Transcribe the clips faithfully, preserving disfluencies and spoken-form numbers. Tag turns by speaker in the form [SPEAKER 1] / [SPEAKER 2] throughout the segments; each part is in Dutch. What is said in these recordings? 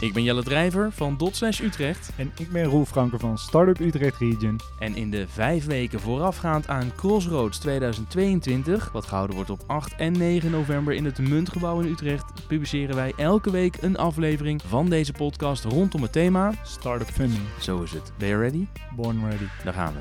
[SPEAKER 1] Ik ben Jelle Drijver van dot slash Utrecht.
[SPEAKER 2] En ik ben Roel Franke van Startup Utrecht Region.
[SPEAKER 1] En in de vijf weken voorafgaand aan Crossroads tweeduizend tweeëntwintig, wat gehouden wordt op acht en negen november in het Muntgebouw in Utrecht, publiceren wij elke week een aflevering van deze podcast rondom het thema
[SPEAKER 2] Startup Funding.
[SPEAKER 1] Zo is het. Ben je ready?
[SPEAKER 2] Born ready.
[SPEAKER 1] Daar gaan we.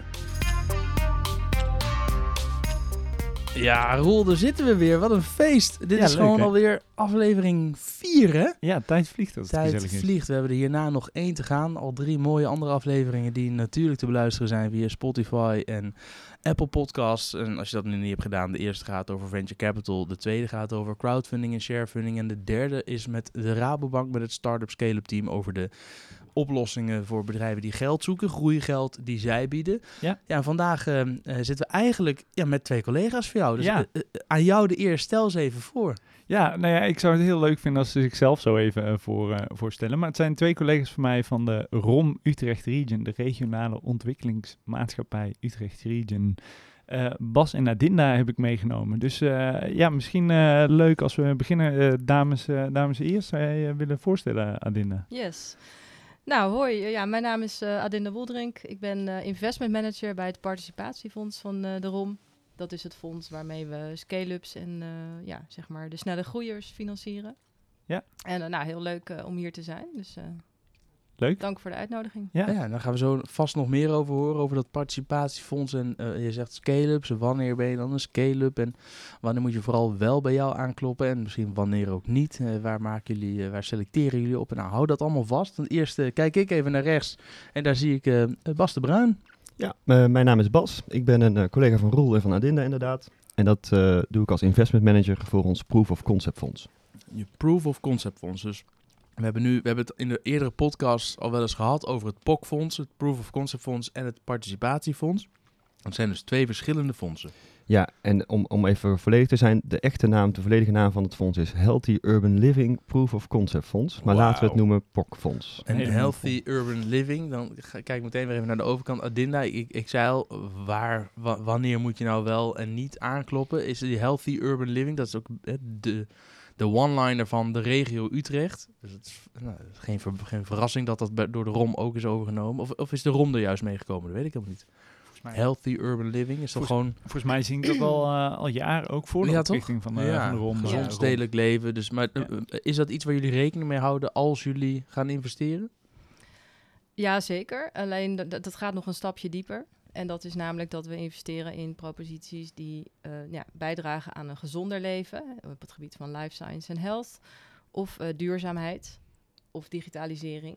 [SPEAKER 1] Ja, Roel, daar zitten we weer. Wat een feest. Dit
[SPEAKER 2] Ja,
[SPEAKER 1] is
[SPEAKER 2] leuk,
[SPEAKER 1] gewoon
[SPEAKER 2] hè?
[SPEAKER 1] alweer aflevering vier, hè?
[SPEAKER 2] Ja, tijd vliegt als het
[SPEAKER 1] Tijd
[SPEAKER 2] gezellig is.
[SPEAKER 1] vliegt. We hebben er hierna nog één te gaan. Al drie mooie andere afleveringen die natuurlijk te beluisteren zijn via Spotify en Apple Podcasts. En als je dat nu niet hebt gedaan, de eerste gaat over Venture Capital. De tweede gaat over crowdfunding en sharefunding. En de derde is met de Rabobank, met het Startup Scale-up team over de oplossingen voor bedrijven die geld zoeken, groeigeld die zij bieden.
[SPEAKER 2] Ja.
[SPEAKER 1] Ja, en vandaag uh, uh, zitten we eigenlijk ja, met twee collega's voor jou. Dus
[SPEAKER 2] Ja.
[SPEAKER 1] uh, uh, aan jou de eer, stel ze even voor.
[SPEAKER 2] Ja, nou ja, ik zou het heel leuk vinden als ze zichzelf zo even uh, voor, uh, voorstellen. Maar het zijn twee collega's van mij van de R O M Utrecht Region, de regionale ontwikkelingsmaatschappij Utrecht Region. Uh, Bas en Adinda heb ik meegenomen. Dus uh, ja, misschien uh, leuk als we beginnen. Uh, dames, uh, dames eerst, zou jij uh, willen voorstellen, Adinda?
[SPEAKER 3] Yes. Nou, hoi. Ja, mijn naam is uh, Adinda Woldrink. Ik ben uh, investment manager bij het participatiefonds van uh, de R O M. Dat is het fonds waarmee we scale-ups en uh, ja, zeg maar de snelle groeiers financieren.
[SPEAKER 2] Ja.
[SPEAKER 3] En uh, nou, heel leuk uh, om hier te zijn. Dus uh,
[SPEAKER 2] leuk.
[SPEAKER 3] Dank voor de uitnodiging.
[SPEAKER 1] Ja. ja, daar gaan we zo vast nog meer over horen, over dat participatiefonds. En uh, je zegt scale-ups, wanneer ben je dan een scale-up? En wanneer moet je vooral wel bij jou aankloppen? En misschien wanneer ook niet? Uh, waar, maken jullie, uh, waar selecteren jullie op? En nou, hou dat allemaal vast. Want eerst uh, kijk ik even naar rechts en daar zie ik uh, Bas de Bruin.
[SPEAKER 4] Ja, uh, mijn naam is Bas. Ik ben een uh, collega van Roel en van Adinda inderdaad. En dat uh, doe ik als investment manager voor ons Proof of Concept fonds.
[SPEAKER 1] Je Proof of Concept fonds. Dus we hebben, nu, we hebben het in de eerdere podcast al wel eens gehad over het P O C-fonds, het Proof of Concept fonds en het Participatiefonds. Dat zijn dus twee verschillende fondsen.
[SPEAKER 4] Ja, en om, om even volledig te zijn, de echte naam, de volledige naam van het fonds is Healthy Urban Living Proof of Concept Fonds. Maar
[SPEAKER 1] Wow.
[SPEAKER 4] laten we het noemen P O C-fonds.
[SPEAKER 1] En
[SPEAKER 2] Helemaal
[SPEAKER 1] Healthy Urban Living, dan ga, kijk ik meteen weer even naar de overkant. Adinda, ik, ik zei al, waar, wa, wanneer moet je nou wel en niet aankloppen? Is die Healthy Urban Living, dat is ook eh, de, de one-liner van de regio Utrecht. Dus het is nou, geen, ver, geen verrassing dat dat bij, door de R O M ook is overgenomen. Of, of is de R O M er juist meegekomen? Dat weet ik helemaal niet.
[SPEAKER 2] mij.
[SPEAKER 1] Healthy Urban Living, is dat gewoon...
[SPEAKER 2] Volgens mij zie ik dat al, uh, al jaren ook voor de
[SPEAKER 1] Ja,
[SPEAKER 2] oprichting van de,
[SPEAKER 1] ja,
[SPEAKER 2] van de R O M.
[SPEAKER 1] gezond
[SPEAKER 3] Ja.
[SPEAKER 1] stedelijk leven. Dus, maar
[SPEAKER 2] Ja.
[SPEAKER 1] uh, is dat iets waar jullie rekening mee houden als jullie gaan investeren?
[SPEAKER 3] Ja, zeker. Alleen d- dat gaat nog een stapje dieper. En dat is namelijk dat we investeren in proposities die uh, ja, bijdragen aan een gezonder leven op het gebied van life science en health, of uh, duurzaamheid of digitalisering.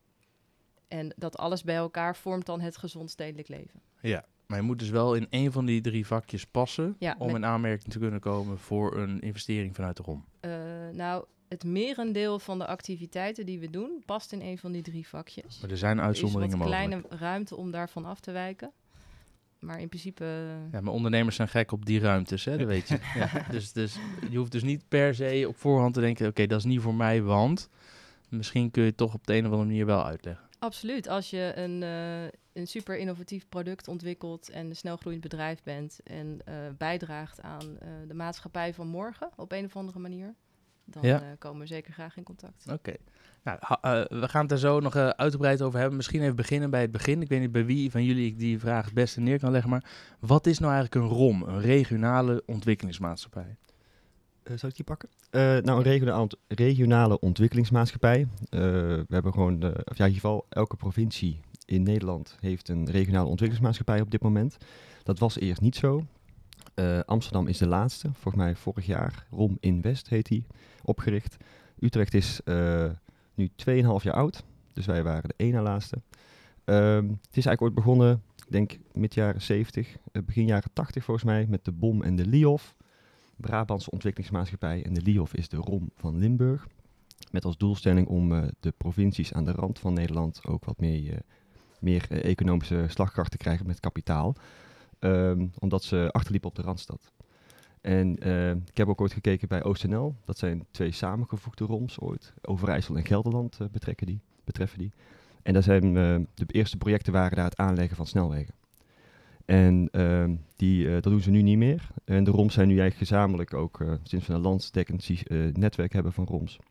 [SPEAKER 3] En dat alles bij elkaar vormt dan het gezond stedelijk leven.
[SPEAKER 1] Ja, maar je moet dus wel in één van die drie vakjes passen
[SPEAKER 3] Ja,
[SPEAKER 1] om
[SPEAKER 3] met-
[SPEAKER 1] in aanmerking te kunnen komen voor een investering vanuit de R O M.
[SPEAKER 3] Uh, nou, het merendeel van de activiteiten die we doen past in een van die drie vakjes.
[SPEAKER 1] Maar er zijn
[SPEAKER 3] Er is
[SPEAKER 1] uitzonderingen
[SPEAKER 3] wat
[SPEAKER 1] mogelijk.
[SPEAKER 3] kleine ruimte om daarvan af te wijken. Maar in principe... uh,
[SPEAKER 1] Ja, maar ondernemers zijn gek op die ruimtes, hè? Dat weet je. Ja, dus, dus je hoeft dus niet per se op voorhand te denken, oké, okay, dat is niet voor mij, want misschien kun je het toch op de een of andere manier wel uitleggen.
[SPEAKER 3] Absoluut. Als je een, uh, een super innovatief product ontwikkelt en een snelgroeiend bedrijf bent en uh, bijdraagt aan uh, de maatschappij van morgen op een of andere manier, dan
[SPEAKER 1] Ja.
[SPEAKER 3] uh, komen we zeker graag in contact.
[SPEAKER 1] Oké. Okay. Nou, ha- uh, we gaan het daar zo nog uh, uitgebreid over hebben. Misschien even beginnen bij het begin. Ik weet niet bij wie van jullie ik die vraag het beste neer kan leggen, maar wat is nou eigenlijk een R O M, een regionale ontwikkelingsmaatschappij?
[SPEAKER 4] Uh, zal ik die pakken? Uh, nou, een regionale, regionale ontwikkelingsmaatschappij. Uh, we hebben gewoon, de, of ja, in ieder geval, elke provincie in Nederland heeft een regionale ontwikkelingsmaatschappij op dit moment. Dat was eerst niet zo. Uh, Amsterdam is de laatste, volgens mij vorig jaar. R O M Invest heet die, opgericht. Utrecht is uh, nu twee komma vijf jaar oud, dus wij waren de één na laatste. Um, het is eigenlijk ooit begonnen, ik denk mid jaren zeventig, uh, begin jaren tachtig volgens mij, met de B O M en de L I O F. Brabantse Ontwikkelingsmaatschappij, en de L I O F is de R O M van Limburg. Met als doelstelling om uh, de provincies aan de rand van Nederland ook wat meer, uh, meer uh, economische slagkracht te krijgen met kapitaal. Um, omdat ze achterliepen op de Randstad. En uh, ik heb ook ooit gekeken bij O C N L. Dat zijn twee samengevoegde R O Ms ooit. Overijssel en Gelderland uh, betrekken die, betreffen die. En daar zijn, uh, de eerste projecten waren daar het aanleggen van snelwegen. En uh, die, uh, dat doen ze nu niet meer. En de R O Ms zijn nu eigenlijk gezamenlijk ook, uh, sinds we een landsdekkend uh, netwerk hebben van R O Ms,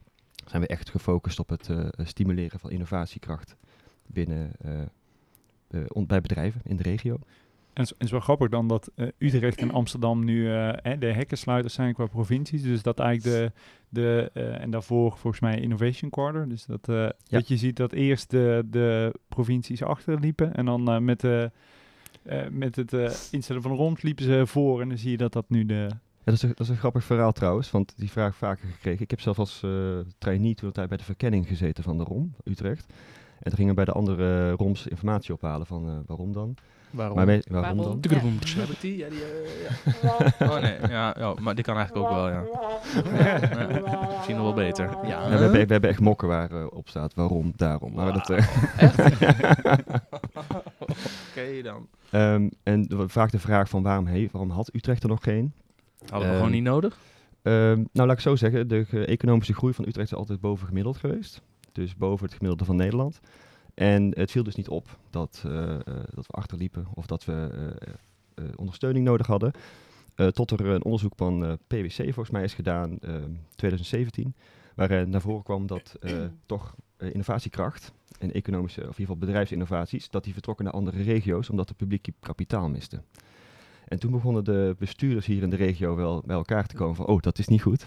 [SPEAKER 4] zijn we echt gefocust op het uh, stimuleren van innovatiekracht binnen, uh, uh, on- bij bedrijven in de regio.
[SPEAKER 2] En het is wel grappig dan dat uh, Utrecht en Amsterdam nu uh, eh, de hekkensluiters zijn qua provincies. Dus dat eigenlijk de, de uh, en daarvoor volgens mij Innovation Quarter. Dus dat, uh, ja. dat je ziet dat eerst de, de provincies achterliepen en dan uh, met, de, uh, met het uh, instellen van de rond liepen ze voor. En dan zie je dat dat nu de...
[SPEAKER 4] Ja, dat, is een, dat is een grappig verhaal trouwens, want die vraag vaker gekregen. Ik heb zelf als uh, trainee toen tijd bij de verkenning gezeten van de R O M, Utrecht. En toen gingen we bij de andere R O Ms informatie ophalen van uh, waarom dan.
[SPEAKER 1] Waarom?
[SPEAKER 4] Maar mee, waarom,
[SPEAKER 3] Waarom?
[SPEAKER 4] dan?
[SPEAKER 1] Ja. Heb ik die? Ja, die uh, ja. Oh nee, ja, ja, maar die kan eigenlijk ook wel, ja. ja. Misschien nog wel beter. Ja,
[SPEAKER 4] ja, we, hebben, we hebben echt mokken waar uh, op staat waarom, daarom.
[SPEAKER 1] Wow.
[SPEAKER 4] Maar dat, uh,
[SPEAKER 1] echt? Oké okay, dan.
[SPEAKER 4] Um, en de, vaak de vraag van waarom, he, waarom had Utrecht er nog geen?
[SPEAKER 1] Hadden we um, gewoon niet nodig?
[SPEAKER 4] Um, nou, laat ik zo zeggen. De uh, economische groei van Utrecht is altijd boven gemiddeld geweest. Dus boven het gemiddelde van Nederland. En het viel dus niet op dat, uh, uh, dat we achterliepen of dat we uh, uh, ondersteuning nodig hadden. Uh, tot er een onderzoek van uh, P W C volgens mij is gedaan in uh, twintig zeventien. Waar uh, naar voren kwam dat uh, toch uh, innovatiekracht en economische, of in ieder geval bedrijfsinnovaties, dat die vertrokken naar andere regio's omdat het publiek kapitaal miste. En toen begonnen de bestuurders hier in de regio wel bij elkaar te komen van, oh, dat is niet goed.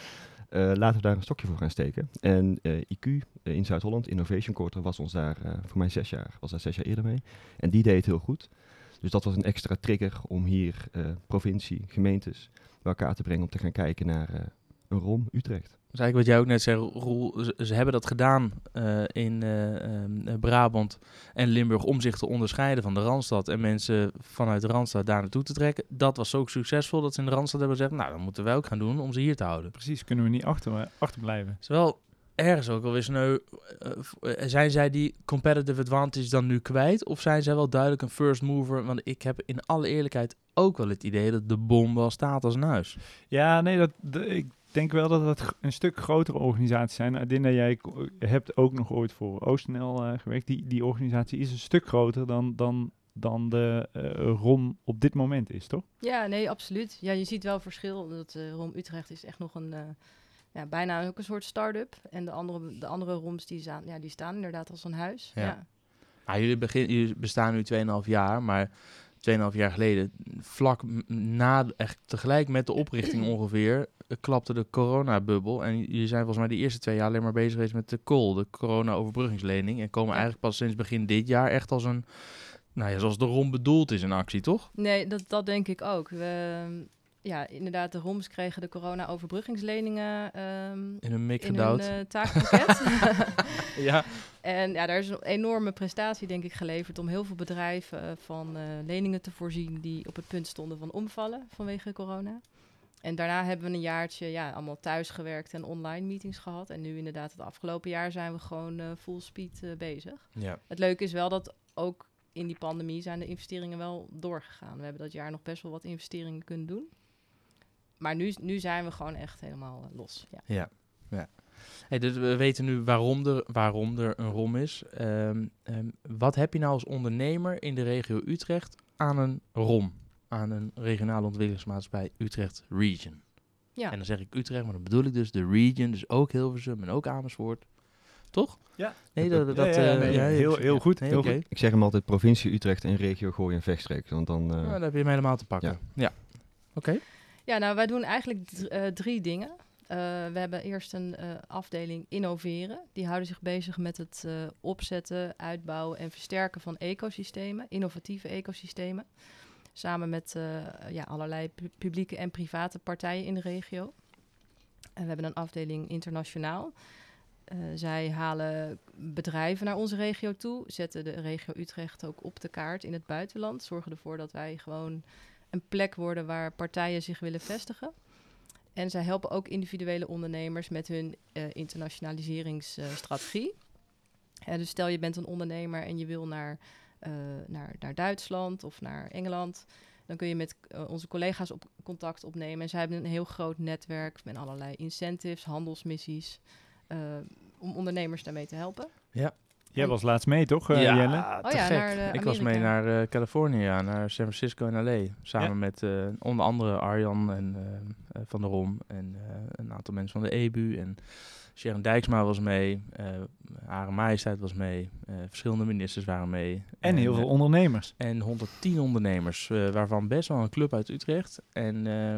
[SPEAKER 4] Uh, laten we daar een stokje voor gaan steken. En uh, I Q uh, in Zuid-Holland, Innovation Quarter, was ons daar uh, voor mij zes jaar, was daar zes jaar eerder mee. En die deed het heel goed. Dus dat was een extra trigger om hier uh, provincie, gemeentes bij elkaar te brengen om te gaan kijken naar uh, een R O M Utrecht.
[SPEAKER 1] Dat is eigenlijk wat jij ook net zei, Roel. Ze, ze hebben dat gedaan uh, in uh, uh, Brabant en Limburg om zich te onderscheiden van de Randstad en mensen vanuit de Randstad daar naartoe te trekken. Dat was zo succesvol dat ze in de Randstad hebben gezegd, nou, dan moeten wij ook gaan doen om ze hier te houden.
[SPEAKER 2] Precies, kunnen we niet achter, achterblijven.
[SPEAKER 1] Het is wel ergens ook alweer sneu. Uh, uh, zijn zij die competitive advantage dan nu kwijt? Of zijn zij wel duidelijk een first mover? Want ik heb in alle eerlijkheid ook wel het idee dat de bom wel staat als een huis.
[SPEAKER 2] Ja, nee, dat... De, ik Ik denk wel dat het een stuk grotere organisaties zijn. Ik denk dat jij hebt ook nog ooit voor OostNL uh, gewerkt. Die, die organisatie is een stuk groter dan, dan, dan de uh, R O M op dit moment is, toch?
[SPEAKER 3] Ja, nee, absoluut. Ja, je ziet wel verschil. Dat uh, R O M Utrecht is echt nog een, uh, ja, bijna ook een soort start-up. En de andere, de andere R O Ms die staan, ja, die staan inderdaad als een huis. Ja. Ja.
[SPEAKER 1] Nou, jullie, begin, jullie bestaan nu twee komma vijf jaar, maar twee komma vijf jaar geleden, vlak na, echt tegelijk met de oprichting ongeveer, klapte de coronabubbel. En jullie zijn volgens mij de eerste twee jaar alleen maar bezig geweest met de C O L, de corona-overbruggingslening. En komen eigenlijk pas sinds begin dit jaar echt als een, nou ja, zoals de R O M bedoeld is in actie, toch?
[SPEAKER 3] Nee, dat, dat denk ik ook. We, ja, inderdaad, de R O Ms kregen de corona-overbruggingsleningen um,
[SPEAKER 1] in hun mik
[SPEAKER 3] in
[SPEAKER 1] gedouwd.
[SPEAKER 3] hun uh, taakpakket.
[SPEAKER 1] Ja.
[SPEAKER 3] En ja, daar is een enorme prestatie, denk ik, geleverd om heel veel bedrijven uh, van uh, leningen te voorzien die op het punt stonden van omvallen vanwege corona. En daarna hebben we een jaartje ja, allemaal thuis gewerkt en online meetings gehad. En nu inderdaad, het afgelopen jaar zijn we gewoon uh, full speed uh, bezig.
[SPEAKER 1] Ja.
[SPEAKER 3] Het leuke is wel dat ook in die pandemie zijn de investeringen wel doorgegaan. We hebben dat jaar nog best wel wat investeringen kunnen doen. Maar nu, nu zijn we gewoon echt helemaal uh, los. Ja.
[SPEAKER 1] Ja, ja. Hey, dus we weten nu waarom er, waarom er een R O M is. Um, um, wat heb je nou als ondernemer in de regio Utrecht aan een R O M? Aan een regionale ontwikkelingsmaatschappij Utrecht Region.
[SPEAKER 3] Ja.
[SPEAKER 1] En dan zeg ik Utrecht, maar dan bedoel ik dus de region, dus ook Hilversum en ook Amersfoort. Toch?
[SPEAKER 2] Ja.
[SPEAKER 1] Nee, dat, dat,
[SPEAKER 2] ja, ja,
[SPEAKER 1] uh,
[SPEAKER 2] nee,
[SPEAKER 1] ja,
[SPEAKER 2] heel, heel goed.
[SPEAKER 1] Nee,
[SPEAKER 2] heel
[SPEAKER 1] okay.
[SPEAKER 2] goed.
[SPEAKER 4] Ik zeg hem altijd provincie Utrecht en regio Gooi en Vechtstreek. Want dan, uh...
[SPEAKER 1] ja, dan heb je hem helemaal te pakken. Ja, ja. Oké. Okay.
[SPEAKER 3] Ja, nou, wij doen eigenlijk d- uh, drie dingen. Uh, we hebben eerst een uh, afdeling innoveren. Die houden zich bezig met het uh, opzetten, uitbouwen en versterken van ecosystemen, innovatieve ecosystemen. Samen met uh, ja, allerlei pu- publieke en private partijen in de regio. En we hebben een afdeling internationaal. Uh, zij halen bedrijven naar onze regio toe, zetten de regio Utrecht ook op de kaart in het buitenland. Zorgen ervoor dat wij gewoon een plek worden waar partijen zich willen vestigen. En zij helpen ook individuele ondernemers met hun uh, internationaliseringsstrategie. Uh, dus stel je bent een ondernemer en je wil naar, uh, naar, naar Duitsland of naar Engeland. Dan kun je met uh, onze collega's op contact opnemen. En zij hebben een heel groot netwerk met allerlei incentives, handelsmissies, uh, om ondernemers daarmee te helpen.
[SPEAKER 1] Ja.
[SPEAKER 2] Jij was laatst mee, toch, uh,
[SPEAKER 1] ja,
[SPEAKER 2] Jelle?
[SPEAKER 3] Oh
[SPEAKER 1] te
[SPEAKER 3] ja,
[SPEAKER 1] gek.
[SPEAKER 3] naar, uh,
[SPEAKER 1] ik was mee naar uh, Californië, ja, naar San Francisco en L A. Samen ja. met uh, onder andere Arjan en, uh, uh, van de R O M en uh, een aantal mensen van de E B U. En Sharon Dijksma was mee, uh, Hare Majesteit was mee, uh, verschillende ministers waren mee.
[SPEAKER 2] En heel
[SPEAKER 1] uh,
[SPEAKER 2] veel ondernemers.
[SPEAKER 1] En honderdtien ondernemers, uh, waarvan best wel een club uit Utrecht. En uh,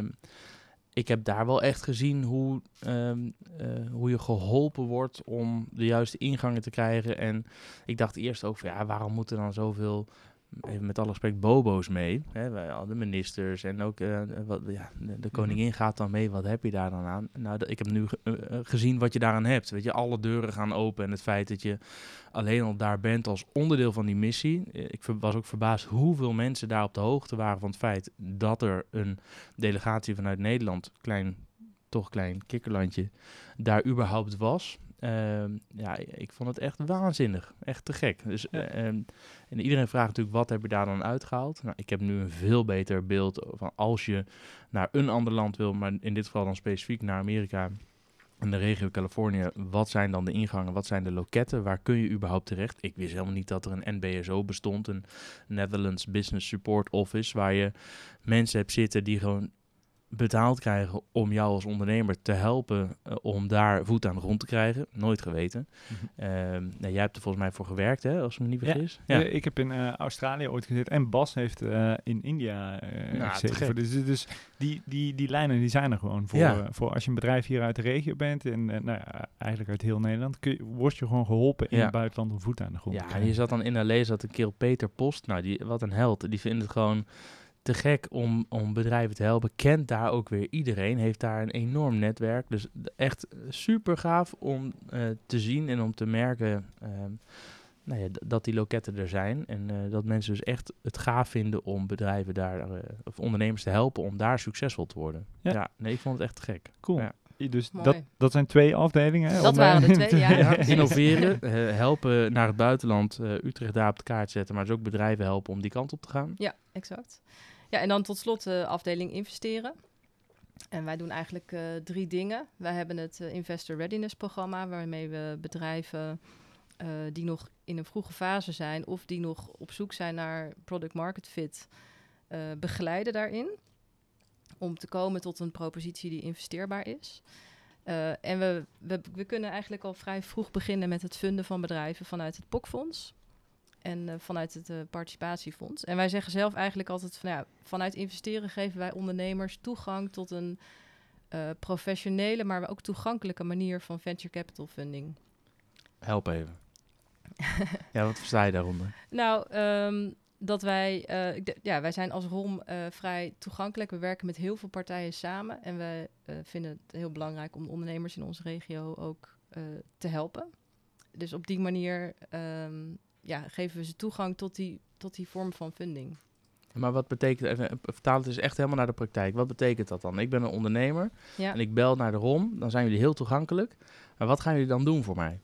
[SPEAKER 1] ik heb daar wel echt gezien hoe, um, uh, hoe je geholpen wordt om de juiste ingangen te krijgen. En ik dacht eerst ook van ja, waarom moeten dan zoveel, even met alle respect, bobo's mee? Hè, wij, al de ministers en ook uh, wat, ja, de, de koningin gaat dan mee. Wat heb je daar dan aan? Nou, d- ik heb nu ge- uh, gezien wat je daaraan hebt. Weet je, alle deuren gaan open en het feit dat je alleen al daar bent als onderdeel van die missie. Ik ver- was ook verbaasd hoeveel mensen daar op de hoogte waren van het feit dat er een delegatie vanuit Nederland, klein, toch klein kikkerlandje, daar überhaupt was. Uh, ja, ik vond het echt waanzinnig. Echt te gek. Dus, uh, um, en iedereen vraagt natuurlijk, wat heb je daar dan uitgehaald? Nou, ik heb nu een veel beter beeld van als je naar een ander land wil, maar in dit geval dan specifiek naar Amerika en de regio Californië. Wat zijn dan de ingangen? Wat zijn de loketten? Waar kun je überhaupt terecht? Ik wist helemaal niet dat er een N B S O bestond, een Netherlands Business Support Office, waar je mensen hebt zitten die gewoon betaald krijgen om jou als ondernemer te helpen uh, om daar voet aan de grond te krijgen. Nooit geweten. Mm-hmm. Uh, nou, jij hebt er volgens mij voor gewerkt, hè, als ik me niet vergis.
[SPEAKER 2] Ja, ja. Ik heb in uh, Australië ooit gezeten en Bas heeft uh, in India uh, nou, gezeten. Dus, dus die, die, die lijnen die zijn er gewoon voor, ja. uh, voor als je een bedrijf hier uit de regio bent en uh, nou ja, eigenlijk uit heel Nederland, kun je, word je gewoon geholpen in ja. het buitenland om voet aan de grond
[SPEAKER 1] ja,
[SPEAKER 2] te krijgen.
[SPEAKER 1] En je zat dan in L A, zat een kerel Peter Post, nou, die, wat een held. Die vindt het gewoon te gek om, om bedrijven te helpen. Kent daar ook weer iedereen. Heeft daar een enorm netwerk. Dus echt super gaaf om uh, te zien en om te merken uh, nou ja, d- dat die loketten er zijn. En uh, dat mensen dus echt het gaaf vinden om bedrijven daar, uh, of ondernemers te helpen om daar succesvol te worden. Ja, ja nee, ik vond het echt te gek.
[SPEAKER 2] Cool.
[SPEAKER 1] Ja.
[SPEAKER 2] Dus dat, dat zijn twee afdelingen. Hè,
[SPEAKER 3] dat
[SPEAKER 2] om,
[SPEAKER 3] waren de twee, ja.
[SPEAKER 1] ja. Innoveren, uh, helpen naar het buitenland, uh, Utrecht daar op de kaart zetten, maar dus ook bedrijven helpen om die kant op te gaan.
[SPEAKER 3] Ja, exact. Ja, en dan tot slot de uh, afdeling investeren. En wij doen eigenlijk uh, drie dingen. Wij hebben het uh, Investor Readiness programma, waarmee we bedrijven uh, die nog in een vroege fase zijn of die nog op zoek zijn naar product market fit, uh, begeleiden daarin. Om te komen tot een propositie die investeerbaar is. Uh, en we, we, we kunnen eigenlijk al vrij vroeg beginnen met het funden van bedrijven vanuit het P O C-fonds. En uh, vanuit het uh, participatiefonds. En wij zeggen zelf eigenlijk altijd van ja, vanuit investeren geven wij ondernemers toegang tot een uh, professionele, maar ook toegankelijke manier van venture capital funding.
[SPEAKER 1] Help even. Ja, wat versta je daaronder?
[SPEAKER 3] Nou, um, dat wij, uh, de, ja, wij zijn als R O M uh, vrij toegankelijk. We werken met heel veel partijen samen. En we uh, vinden het heel belangrijk om de ondernemers in onze regio ook uh, te helpen. Dus op die manier um, ja, geven we ze toegang tot die, tot die vorm van funding.
[SPEAKER 1] Maar wat betekent, even vertaal het dus echt helemaal naar de praktijk. Wat betekent dat dan? Ik ben een ondernemer ja. en ik bel naar de R O M. Dan zijn jullie heel toegankelijk. Maar wat gaan jullie dan doen voor mij?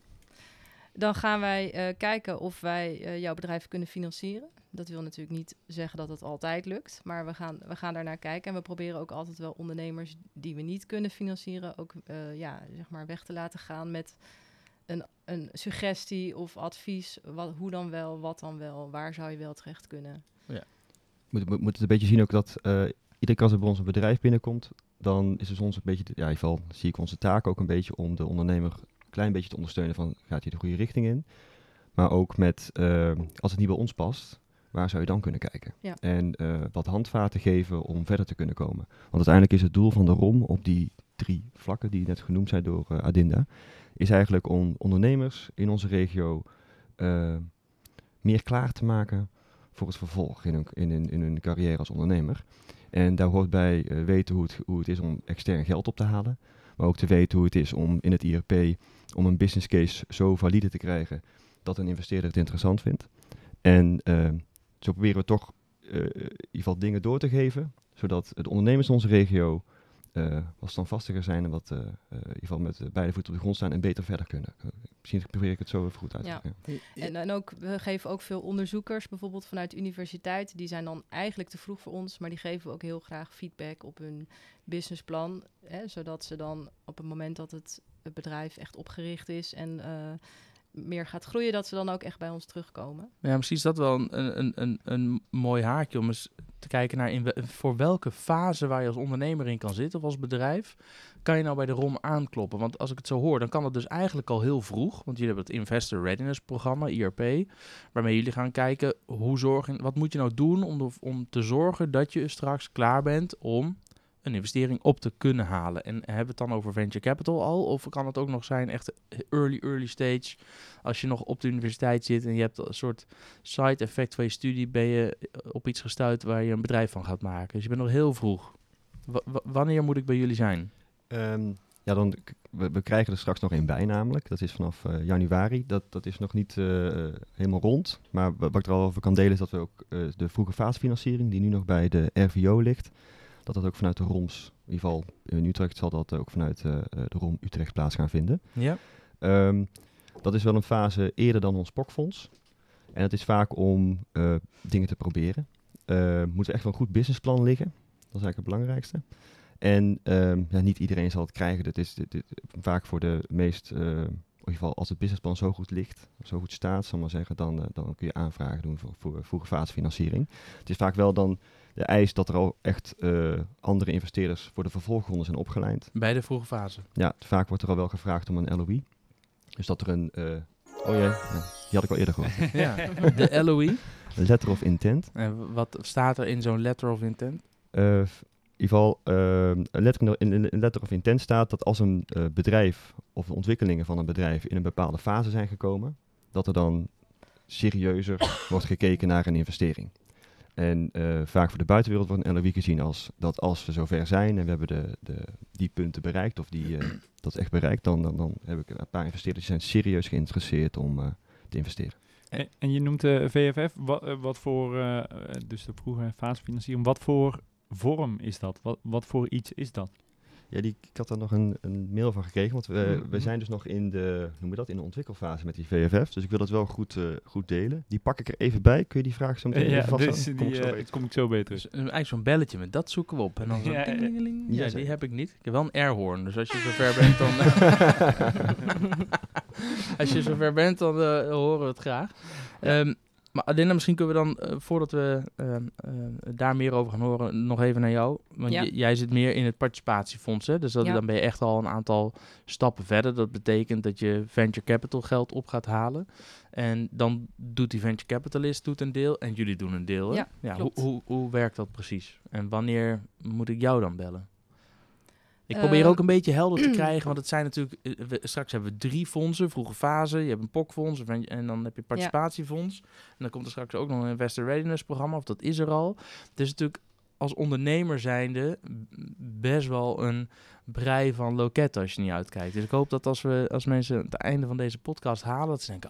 [SPEAKER 3] Dan gaan wij uh, kijken of wij uh, jouw bedrijf kunnen financieren. Dat wil natuurlijk niet zeggen dat het altijd lukt. Maar we gaan, we gaan daarnaar kijken. En we proberen ook altijd wel ondernemers die we niet kunnen financieren ook uh, ja, zeg maar weg te laten gaan met een, een suggestie of advies. Wat, hoe dan wel, wat dan wel, waar zou je wel terecht kunnen.
[SPEAKER 4] Ja. Moet, moet, moet het een beetje zien ook dat uh, iedere keer als er bij ons een bedrijf binnenkomt, dan is het ons een beetje, de, ja, in ieder geval zie ik onze taak ook een beetje om de ondernemer een klein beetje te ondersteunen van, gaat hij de goede richting in? Maar ook met, uh, als het niet bij ons past, waar zou je dan kunnen kijken?
[SPEAKER 3] Ja.
[SPEAKER 4] En uh, wat handvaten geven om verder te kunnen komen. Want uiteindelijk is het doel van de R O M op die drie vlakken die net genoemd zijn door uh, Adinda, is eigenlijk om ondernemers in onze regio uh, meer klaar te maken voor het vervolg in hun, in, in, in hun carrière als ondernemer. En daar hoort bij uh, weten hoe het, hoe het is om extern geld op te halen. Maar ook te weten hoe het is om in het I R P, om een business case zo valide te krijgen dat een investeerder het interessant vindt. En uh, zo proberen we toch uh, in ieder geval dingen door te geven, zodat de ondernemers in onze regio uh, wat standvastiger zijn en wat uh, uh, in ieder geval met uh, beide voeten op de grond staan en beter verder kunnen. Uh, misschien probeer ik het zo even goed uit te
[SPEAKER 3] ja.
[SPEAKER 4] leggen.
[SPEAKER 3] En, en ook, we geven ook veel onderzoekers, bijvoorbeeld vanuit de universiteit. Die zijn dan eigenlijk te vroeg voor ons, maar die geven ook heel graag feedback op hun businessplan. Hè, zodat ze dan op het moment dat het, het bedrijf echt opgericht is en uh, meer gaat groeien, dat ze dan ook echt bij ons terugkomen.
[SPEAKER 1] Ja, misschien is dat wel een, een, een, een mooi haakje om eens te kijken naar in we- voor welke fase waar je als ondernemer in kan zitten of als bedrijf, kan je nou bij de R O M aankloppen. Want als ik het zo hoor, dan kan het dus eigenlijk al heel vroeg. Want jullie hebben het Investor Readiness programma, I R P, waarmee jullie gaan kijken, hoe zorgen, wat moet je nou doen om, de, om te zorgen dat je straks klaar bent om een investering op te kunnen halen. En hebben we het dan over venture capital al? Of kan het ook nog zijn echt early, early stage, als je nog op de universiteit zit en je hebt een soort side effect van je studie, ben je op iets gestuurd waar je een bedrijf van gaat maken. Dus je bent nog heel vroeg. W- w- wanneer moet ik bij jullie zijn?
[SPEAKER 4] Um, ja, dan, k- we, we krijgen er straks nog één bij namelijk. Dat is vanaf uh, januari. Dat, dat is nog niet uh, helemaal rond. Maar w- wat ik er al over kan delen is dat we ook uh, de vroege fasefinanciering, die nu nog bij de R V O ligt, dat dat ook vanuit de R O M's, in ieder geval in Utrecht zal dat ook vanuit uh, de R O M Utrecht plaats gaan vinden.
[SPEAKER 1] Ja.
[SPEAKER 4] Um, dat is wel een fase eerder dan ons P O C-fonds. En het is vaak om uh, dingen te proberen. Uh, moet er echt wel een goed businessplan liggen. Dat is eigenlijk het belangrijkste. En um, ja, niet iedereen zal het krijgen. Dat is dit, dit, vaak voor de meest, uh, in ieder geval als het businessplan zo goed ligt, zo goed staat, zal ik maar zeggen, dan, uh, dan kun je aanvragen doen voor, voor vroege fasefinanciering. Het is vaak wel dan de eis dat er al echt uh, andere investeerders voor de vervolgronde zijn opgeleid.
[SPEAKER 1] Bij de vroege fase.
[SPEAKER 4] Ja, vaak wordt er al wel gevraagd om een L O I. Dus dat er een, uh, oh ja, die had ik al eerder gehoord.
[SPEAKER 1] Ja, de L O I.
[SPEAKER 4] Letter of Intent.
[SPEAKER 1] En wat staat er in zo'n letter of intent?
[SPEAKER 4] Uh, in ieder geval, uh, een letter, in een letter of intent staat dat als een uh, bedrijf of de ontwikkelingen van een bedrijf in een bepaalde fase zijn gekomen, dat er dan serieuzer wordt gekeken naar een investering. En uh, vaak voor de buitenwereld wordt een L O I gezien als dat als we zover zijn en we hebben de, de, die punten bereikt of die, uh, dat echt bereikt, dan, dan, dan heb ik een paar investeerders die zijn serieus geïnteresseerd om uh, te investeren.
[SPEAKER 2] En, en je noemt de V F F, wat, uh, wat voor, uh, dus de vroege fasefinanciering, wat voor vorm is dat? Wat, wat voor iets is dat?
[SPEAKER 4] Ja, die, ik had daar nog een, een mail van gekregen, want we, mm-hmm. we zijn dus nog in de, noem je dat, in de ontwikkelfase met die V F F. Dus ik wil dat wel goed, uh, goed delen. Die pak ik er even bij. Kun je die vraag zo meteen uh,
[SPEAKER 2] ja,
[SPEAKER 4] even vasthouden?
[SPEAKER 2] Dus die, kom, uh, kom ik zo beter. Dus,
[SPEAKER 1] uh, eigenlijk zo'n belletje met dat zoeken we op. En dan zo
[SPEAKER 2] ja,
[SPEAKER 1] ding, ding, ding. Ja,
[SPEAKER 4] ja,
[SPEAKER 1] die heb ik niet. Ik heb wel een airhorn, dus als je zover bent, dan... als je zover bent, dan uh, horen we het graag. Ja. Um, Maar Alinda, misschien kunnen we dan, uh, voordat we uh, uh, daar meer over gaan horen, nog even naar jou. Want
[SPEAKER 3] ja.
[SPEAKER 1] j- jij zit meer in het participatiefonds, hè? Dus dat,
[SPEAKER 3] ja.
[SPEAKER 1] dan ben je echt al een aantal stappen verder. Dat betekent dat je venture capital geld op gaat halen. En dan doet die venture capitalist doet een deel en jullie doen een deel, hè?
[SPEAKER 3] Ja,
[SPEAKER 1] ja,
[SPEAKER 3] klopt.
[SPEAKER 1] Hoe, hoe, hoe werkt dat precies? En wanneer moet ik jou dan bellen? Ik probeer uh, ook een beetje helder te krijgen, want het zijn natuurlijk... Uh, we, straks hebben we drie fondsen, vroege fase, je hebt een P O C-fonds en, en dan heb je participatiefonds. Ja. En dan komt er straks ook nog een Investor Readiness programma, of dat is er al. Het is natuurlijk als ondernemer zijnde best wel een brei van loketten als je niet uitkijkt. Dus ik hoop dat als, we, als mensen het einde van deze podcast halen, dat ze denken,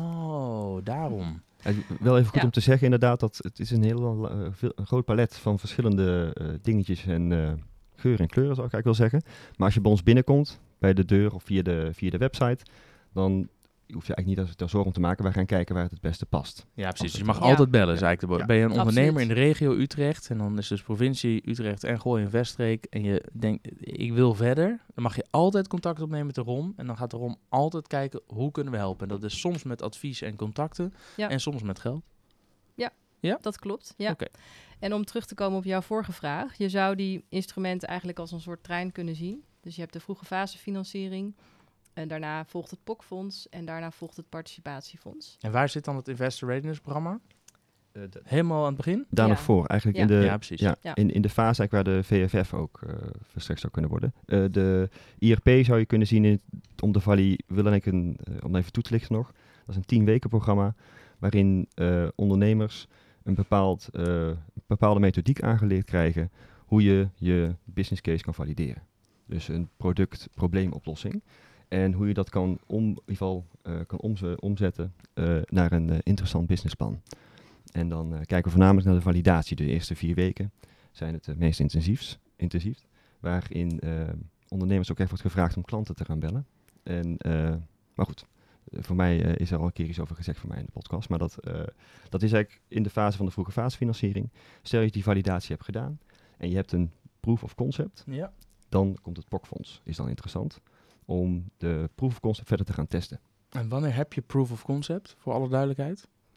[SPEAKER 1] oh, daarom.
[SPEAKER 4] Ja, wel even goed
[SPEAKER 3] ja.
[SPEAKER 4] om te zeggen inderdaad, dat het is een heel uh, veel, een groot palet van verschillende uh, dingetjes en... Uh, geur en kleuren zou ik eigenlijk wel zeggen. Maar als je bij ons binnenkomt, bij de deur of via de, via de website, dan hoef je eigenlijk niet er zorgen om te maken. Wij gaan kijken waar het het beste past.
[SPEAKER 1] Ja, precies. Dus je mag
[SPEAKER 3] ja.
[SPEAKER 1] altijd bellen. Ja. De bo-
[SPEAKER 4] ja.
[SPEAKER 1] Ben je een
[SPEAKER 3] Absoluut.
[SPEAKER 1] ondernemer in de regio Utrecht en dan is dus provincie Utrecht en Gooi en Weststreek en je denkt, ik wil verder, dan mag je altijd contact opnemen met de R O M en dan gaat de R O M altijd kijken, hoe kunnen we helpen. En dat is soms met advies en contacten ja. en soms met geld.
[SPEAKER 3] Ja,
[SPEAKER 1] ja?
[SPEAKER 3] dat klopt. Ja.
[SPEAKER 1] Okay.
[SPEAKER 3] En om terug te komen op jouw vorige vraag, je zou die instrumenten eigenlijk als een soort trein kunnen zien. Dus je hebt de vroege fasefinanciering en daarna volgt het P O C-fonds en daarna volgt het participatiefonds.
[SPEAKER 1] En waar zit dan het Investor Readiness programma?
[SPEAKER 4] Uh, de,
[SPEAKER 1] Helemaal aan het begin?
[SPEAKER 4] Daar
[SPEAKER 3] ja.
[SPEAKER 4] nog voor, eigenlijk
[SPEAKER 3] ja.
[SPEAKER 4] in, de,
[SPEAKER 1] ja, precies.
[SPEAKER 4] Ja,
[SPEAKER 3] ja.
[SPEAKER 4] In, in de fase waar de V F F ook uh, verstrekt zou kunnen worden. Uh, de I R P zou je kunnen zien in, om de vali, wil ik een, uh, om even toe te lichten nog. Dat is een tien weken programma waarin uh, ondernemers een bepaald, uh, bepaalde methodiek aangeleerd krijgen hoe je je business case kan valideren. Dus een product-probleemoplossing. En hoe je dat kan, om, in ieder geval, uh, kan omze- omzetten uh, naar een uh, interessant businessplan. En dan uh, kijken we voornamelijk naar de validatie. De eerste vier weken zijn het uh, meest intensiefs, intensief. Waarin uh, ondernemers ook echt wordt gevraagd om klanten te gaan bellen. En, uh, maar goed, uh, voor mij uh, is er al een keer iets over gezegd voor mij in de podcast. Maar dat, uh, dat is eigenlijk in de fase van de vroege fasefinanciering. Stel je die validatie hebt gedaan en je hebt een proof of concept.
[SPEAKER 1] Ja.
[SPEAKER 4] Dan komt het P O C-fonds. Is dan interessant om de proof of concept verder te gaan testen.
[SPEAKER 1] En wanneer heb je proof of concept, voor alle duidelijkheid?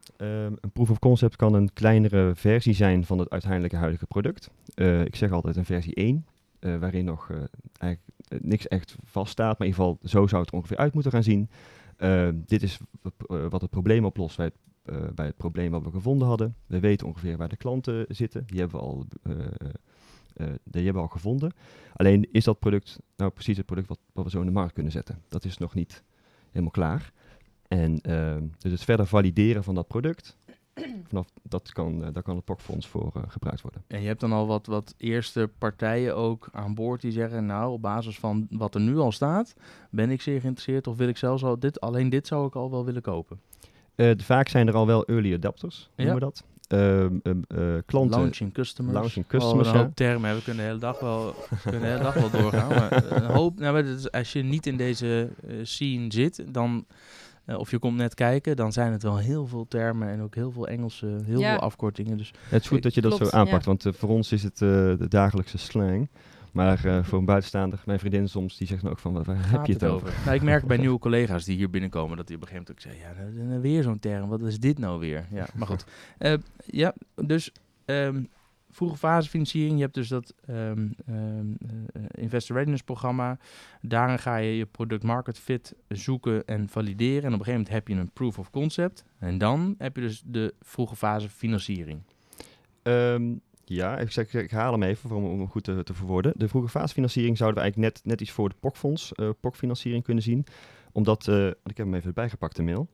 [SPEAKER 4] Um, een proof of concept kan een kleinere versie zijn van het uiteindelijke huidige product. Uh, ik zeg altijd een versie één, uh, waarin nog uh, eigenlijk uh, niks echt vaststaat, maar in ieder geval zo zou het er ongeveer uit moeten gaan zien. Uh, dit is uh, wat het probleem oplost bij het, uh, bij het probleem wat we gevonden hadden. We weten ongeveer waar de klanten zitten, die hebben we al, uh, uh, die hebben we al gevonden. Alleen is dat product nou precies het product wat, wat we zo in de markt kunnen zetten? Dat is nog niet helemaal klaar. En uh, dus het verder valideren van dat product, vanaf dat kan, uh, daar kan het P O C-fonds voor uh, gebruikt worden.
[SPEAKER 1] En je hebt dan al wat, wat eerste partijen ook aan boord die zeggen, nou, op basis van wat er nu al staat, ben ik zeer geïnteresseerd of wil ik zelfs al dit, alleen dit zou ik al wel willen kopen.
[SPEAKER 4] Uh, vaak zijn er al wel early adapters, noemen we dat. Uh, uh, uh, klanten.
[SPEAKER 1] Launching customers.
[SPEAKER 4] Launching customers,
[SPEAKER 1] oh, een hoop termen. We kunnen de hele dag wel, kunnen de hele dag wel doorgaan. Maar een hoop, nou, als je niet in deze uh, scene zit, dan... Uh, of je komt net kijken, dan zijn het wel heel veel termen en ook heel veel Engelse, heel
[SPEAKER 3] ja.
[SPEAKER 1] veel afkortingen. Dus
[SPEAKER 4] het is goed dat je dat
[SPEAKER 3] Klopt,
[SPEAKER 4] zo aanpakt,
[SPEAKER 3] ja.
[SPEAKER 4] want uh, voor ons is het uh, de dagelijkse slang. Maar uh, voor een buitenstaander, mijn vriendin soms, die zegt dan ook van, waar, waar heb je het, het over?
[SPEAKER 1] over? Nou, ik merk bij nieuwe collega's die hier binnenkomen, dat die op een gegeven moment ook zeggen, ja, nou, weer zo'n term, wat is dit nou weer? Ja, maar goed. Uh, ja, dus... Um, vroege fase financiering, je hebt dus dat um, um, uh, Investor Readiness programma. Daarin ga je je product market fit zoeken en valideren. En op een gegeven moment heb je een proof of concept. En dan heb je dus de vroege fase financiering.
[SPEAKER 4] Um, ja, ik, zeg, ik haal hem even om, om goed te, te verwoorden. De vroege fase financiering zouden we eigenlijk net, net iets voor de P O C-fonds, uh, P O C-financiering kunnen zien. Omdat, uh, ik heb hem even bijgepakt, de mail.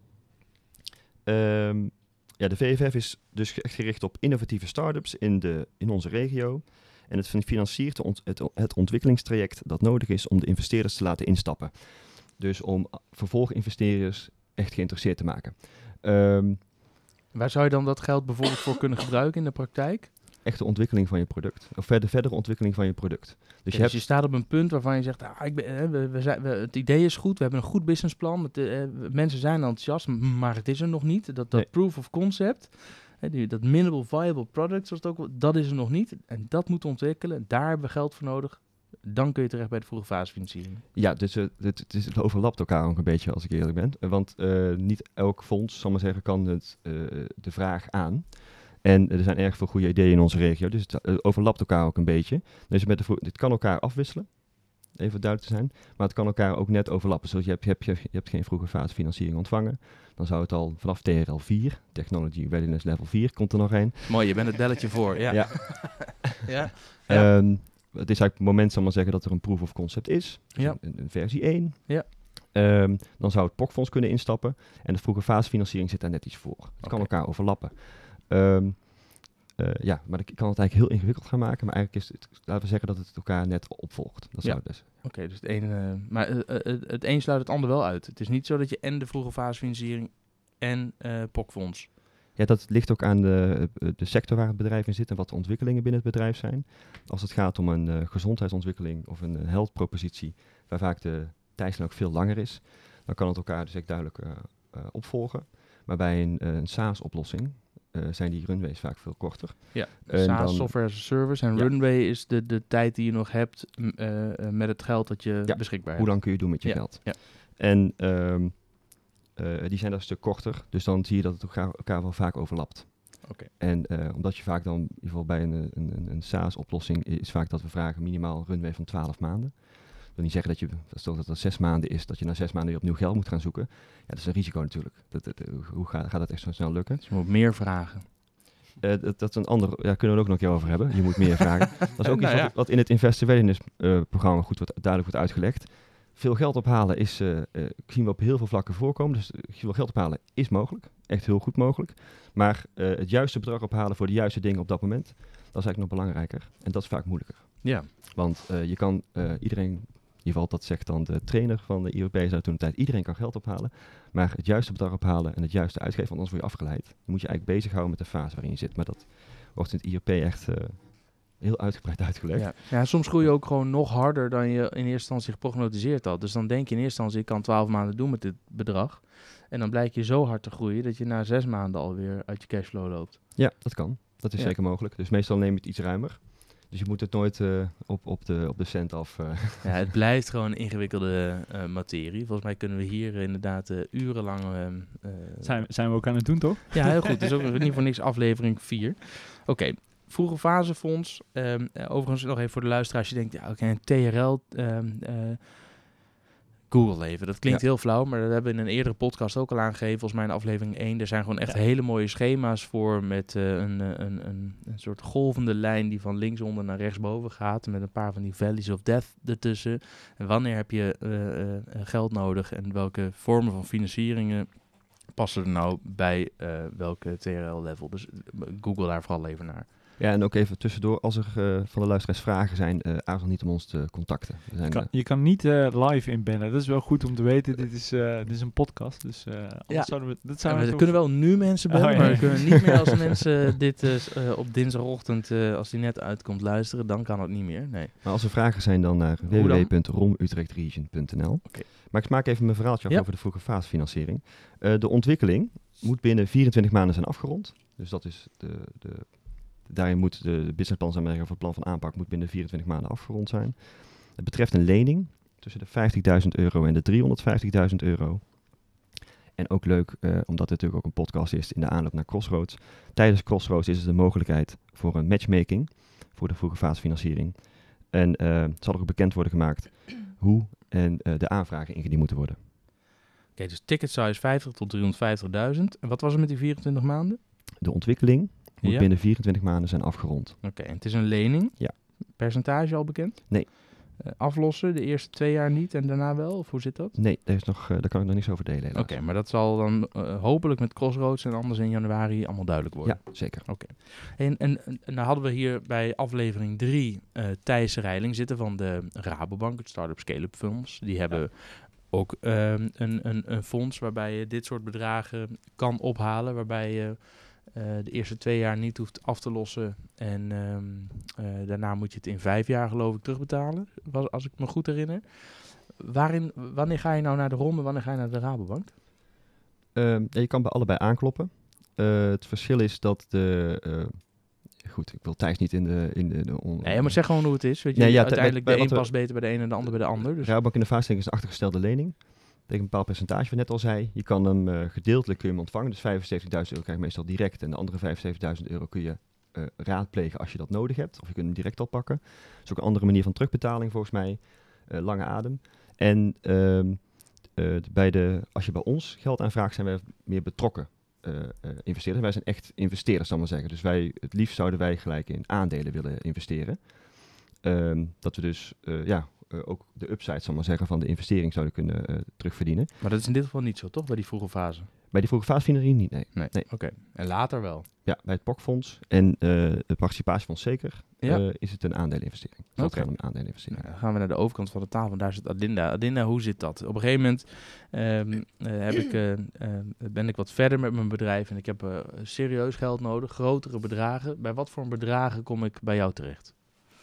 [SPEAKER 4] Um, Ja, de V F F is dus echt gericht op innovatieve start-ups in, de, in onze regio. En het financiert de ont, het, het ontwikkelingstraject dat nodig is om de investeerders te laten instappen. Dus om vervolginvesteerders echt geïnteresseerd te maken. Um,
[SPEAKER 1] Waar zou je dan dat geld bijvoorbeeld voor kunnen gebruiken in de praktijk?
[SPEAKER 4] Echte ontwikkeling van je product. Of verder, verdere ontwikkeling van je product. Dus,
[SPEAKER 1] ja,
[SPEAKER 4] je,
[SPEAKER 1] dus
[SPEAKER 4] hebt...
[SPEAKER 1] je staat op een punt waarvan je zegt, ah, ik ben, hè, we, we zijn, we, het idee is goed, we hebben een goed businessplan. Het, uh, mensen zijn enthousiast, maar het is er nog niet. Dat, dat
[SPEAKER 4] nee.
[SPEAKER 1] proof of concept, hè, die, dat minimal viable product, zoals het ook, dat is er nog niet. En dat moeten we ontwikkelen. Daar hebben we geld voor nodig. Dan kun je terecht bij de vroege fase financiering.
[SPEAKER 4] Ja, dus uh, het, het, is, het overlapt elkaar ook een beetje, als ik eerlijk ben. Uh, want uh, niet elk fonds, zal maar zeggen, kan het, uh, de vraag aan. En er zijn erg veel goede ideeën in onze regio, dus het overlapt elkaar ook een beetje. Dus met de vro- dit kan elkaar afwisselen, even duidelijk te zijn, maar het kan elkaar ook net overlappen. Zoals je hebt, je hebt, je hebt geen vroege fase financiering ontvangen, dan zou het al vanaf T R L vier, Technology Readiness Level vier, komt er nog een.
[SPEAKER 1] Mooi, je bent het belletje voor, ja.
[SPEAKER 4] Ja.
[SPEAKER 1] ja.
[SPEAKER 4] ja. Um, het is eigenlijk het moment, zal maar zeggen, dat er een proof of concept is, dus
[SPEAKER 1] ja.
[SPEAKER 4] een, een versie één.
[SPEAKER 1] Ja.
[SPEAKER 4] Um, dan zou het P O C-fonds kunnen instappen en de vroege fase financiering zit daar net iets voor. Het okay. kan elkaar overlappen. Um, uh, ja, maar ik kan het eigenlijk heel ingewikkeld gaan maken, maar eigenlijk is het, laten we zeggen dat het elkaar net opvolgt. Dat zou
[SPEAKER 1] ja.
[SPEAKER 4] het dus.
[SPEAKER 1] Oké, okay, dus het een, uh, maar uh, uh, het een sluit het ander wel uit. Het is niet zo dat je en de vroege fase financiering en uh, P O C-fonds.
[SPEAKER 4] Ja, dat ligt ook aan de, de sector waar het bedrijf in zit en wat de ontwikkelingen binnen het bedrijf zijn. Als het gaat om een uh, gezondheidsontwikkeling of een, een health propositie, waar vaak de tijdslijn ook veel langer is, dan kan het elkaar dus echt duidelijk uh, uh, opvolgen. Maar bij een, uh, een SaaS-oplossing uh, zijn die runways vaak veel korter.
[SPEAKER 1] Ja,
[SPEAKER 4] en
[SPEAKER 1] SaaS,
[SPEAKER 4] dan,
[SPEAKER 1] software as a service. En ja. runway is de, de tijd die je nog hebt m, uh, uh, met het geld dat je ja, beschikbaar hebt.
[SPEAKER 4] Hoe lang kun je doen met je
[SPEAKER 1] ja.
[SPEAKER 4] geld?
[SPEAKER 1] Ja.
[SPEAKER 4] En um, uh, die zijn dan een stuk korter, dus dan zie je dat het elkaar, elkaar wel vaak overlapt.
[SPEAKER 1] Okay.
[SPEAKER 4] En uh, omdat je vaak dan, in ieder geval bij een, een, een, een SaaS-oplossing, is vaak dat we vragen minimaal runway van twaalf maanden. Dat wil niet zeggen dat je, stel dat dat zes maanden is, dat je na zes maanden weer opnieuw geld moet gaan zoeken. Ja, dat is een risico natuurlijk. Dat, dat, hoe gaat, gaat dat echt zo snel lukken?
[SPEAKER 1] Dus je moet meer vragen.
[SPEAKER 4] Uh, dat, dat is een ander, ja, kunnen we het ook nog een keer over hebben. Je moet meer vragen. Dat is ook
[SPEAKER 1] nou
[SPEAKER 4] iets
[SPEAKER 1] ja.
[SPEAKER 4] wat, wat in het Investor Readiness uh, programma goed wordt, duidelijk wordt uitgelegd. Veel geld ophalen is, uh, uh, zien we op heel veel vlakken voorkomen. Dus uh, veel geld ophalen is mogelijk. Echt heel goed mogelijk. Maar uh, het juiste bedrag ophalen voor de juiste dingen op dat moment, dat is eigenlijk nog belangrijker. En dat is vaak moeilijker.
[SPEAKER 1] Ja.
[SPEAKER 4] Want uh, je kan uh, iedereen, in ieder geval dat zegt dan de trainer van de I O P, zei toen de tijd, iedereen kan geld ophalen. Maar het juiste bedrag ophalen en het juiste uitgeven, want anders word je afgeleid. Dan moet je eigenlijk bezighouden met de fase waarin je zit. Maar dat wordt in het I O P echt uh, heel uitgebreid uitgelegd.
[SPEAKER 1] Ja. ja, soms groei je ook gewoon nog harder dan je in eerste instantie geprognotiseerd had. Dus dan denk je in eerste instantie, ik kan twaalf maanden doen met dit bedrag. En dan blijkt je zo hard te groeien dat je na zes maanden alweer uit je cashflow loopt.
[SPEAKER 4] Ja, dat kan. Dat is ja. zeker mogelijk. Dus meestal neem je het iets ruimer. Dus je moet het nooit uh, op, op, de, op de cent af. Uh.
[SPEAKER 1] Ja, het blijft gewoon een ingewikkelde uh, materie. Volgens mij kunnen we hier inderdaad uh, urenlang... Uh, uh,
[SPEAKER 2] zijn, zijn we ook aan het doen, toch?
[SPEAKER 1] Ja, heel goed. Het is ook niet voor niks aflevering vier. Oké, okay. Vroege fasefonds. Um, uh, overigens nog even voor de luisteraars. Je denkt, ja, oké, okay, een T R L... Um, uh, Google even. Dat klinkt ja. heel flauw, maar dat hebben we in een eerdere podcast ook al aangegeven. Volgens mij in aflevering één. Er zijn gewoon echt ja. hele mooie schema's voor met uh, een, een, een, een soort golvende lijn die van linksonder naar rechtsboven gaat. Met een paar van die valleys of death ertussen. En wanneer heb je uh, uh, geld nodig en welke vormen van financieringen passen er nou bij uh, welke T R L-level. Dus uh, Google daar vooral even naar.
[SPEAKER 4] Ja, en ook even tussendoor, als er uh, van de luisteraars vragen zijn, uh, aarzel niet om ons te contacten. We zijn,
[SPEAKER 2] je, kan,
[SPEAKER 4] uh,
[SPEAKER 2] je kan niet uh, live inbellen, dat is wel goed om te weten. Dit is, uh, dit is een podcast, dus uh,
[SPEAKER 1] ja.
[SPEAKER 2] zouden we... Dat
[SPEAKER 1] zouden
[SPEAKER 2] ja,
[SPEAKER 1] we kunnen wel nu mensen bellen, oh, ja. maar we kunnen niet meer als mensen dit uh, uh, op dinsdagochtend, uh, als die net uitkomt, luisteren, dan kan het niet meer. Nee.
[SPEAKER 4] Maar als er vragen zijn, dan naar w w w punt rom utrecht region punt n l.
[SPEAKER 1] Okay.
[SPEAKER 4] Maar ik maak even mijn verhaaltje af
[SPEAKER 1] ja.
[SPEAKER 4] over de vroege fasefinanciering. Uh, de ontwikkeling moet binnen vierentwintig maanden zijn afgerond. Dus dat is de... de Daarin moet de, de businessplan zijn, of het plan van aanpak moet binnen vierentwintig maanden afgerond zijn. Het betreft een lening tussen de vijftigduizend euro en de driehonderdvijftigduizend euro. En ook leuk, uh, omdat het natuurlijk ook een podcast is in de aanloop naar Crossroads. Tijdens Crossroads is er de mogelijkheid voor een matchmaking voor de vroege fasefinanciering. En uh, het zal ook bekend worden gemaakt hoe en uh, de aanvragen ingediend moeten worden.
[SPEAKER 1] Oké, okay, dus ticket size vijftig tot driehonderdvijftigduizend. En wat was er met die vierentwintig maanden?
[SPEAKER 4] De ontwikkeling moet
[SPEAKER 1] ja.
[SPEAKER 4] binnen vierentwintig maanden zijn afgerond.
[SPEAKER 1] Oké, okay, en het is een lening?
[SPEAKER 4] Ja.
[SPEAKER 1] Percentage al bekend?
[SPEAKER 4] Nee.
[SPEAKER 1] Uh, aflossen, de eerste twee jaar niet en daarna wel? Of hoe zit dat?
[SPEAKER 4] Nee, daar, is nog, uh, daar kan ik nog niks over delen.
[SPEAKER 1] Oké, okay, maar dat zal dan uh, hopelijk met Crossroads en anders in januari allemaal duidelijk worden.
[SPEAKER 4] Ja, zeker.
[SPEAKER 1] Oké. Okay. En, en, en nou hadden we hier bij aflevering drie uh, Thijs Reiling zitten van de Rabobank, het Startup Scale-up Fonds. Die hebben... Ja. Ook uh, een, een, een fonds waarbij je dit soort bedragen kan ophalen, waarbij je uh, de eerste twee jaar niet hoeft af te lossen en um, uh, daarna moet je het in vijf jaar geloof ik terugbetalen, was, als ik me goed herinner. Waarin, wanneer ga je nou naar de ROM en wanneer ga je naar de Rabobank?
[SPEAKER 4] Uh, je kan bij allebei aankloppen. Uh, het verschil is dat de... Uh, Goed, ik wil Thijs niet in de... In de, de on-
[SPEAKER 1] nee, maar zeg gewoon hoe het is. Weet je, nee, ja, uiteindelijk bij, bij de een past beter bij de een en de ander bij de ander. Dus.
[SPEAKER 4] Rabobank in de fase is een achtergestelde lening. Tegen een bepaald percentage, wat net al zei. Je kan hem uh, gedeeltelijk kun je hem ontvangen. Dus vijfenzeventigduizend euro krijg je meestal direct. En de andere vijfenzeventigduizend euro kun je uh, raadplegen als je dat nodig hebt. Of je kunt hem direct al pakken. Dat is ook een andere manier van terugbetaling volgens mij. Uh, lange adem. En uh, uh, bij de, als je bij ons geld aanvraagt, zijn wij meer betrokken. Uh, uh, investeerders. Wij zijn echt investeerders, zal ik maar zeggen. Dus wij, het liefst zouden wij gelijk in aandelen willen investeren. Um, dat we dus uh, ja, uh, ook de upside, zal ik maar zeggen, van de investering zouden kunnen uh, terugverdienen.
[SPEAKER 1] Maar dat is in dit geval niet zo, toch? Bij die vroege fase?
[SPEAKER 4] Bij die vroege fase financiering niet, nee.
[SPEAKER 1] Nee, nee. Oké. Okay. En later wel?
[SPEAKER 4] Ja, bij het P O C-fonds en uh, het participatiefonds zeker ja. uh, is het een aandeleninvestering. Oké. Okay. een aandeleninvestering.
[SPEAKER 1] Nou, dan gaan we naar de overkant van de tafel. Daar zit Adinda. Adinda, hoe zit dat? Op een gegeven moment um, uh, heb ik, uh, uh, ben ik wat verder met mijn bedrijf en ik heb uh, serieus geld nodig, grotere bedragen. Bij wat voor bedragen kom ik bij jou terecht?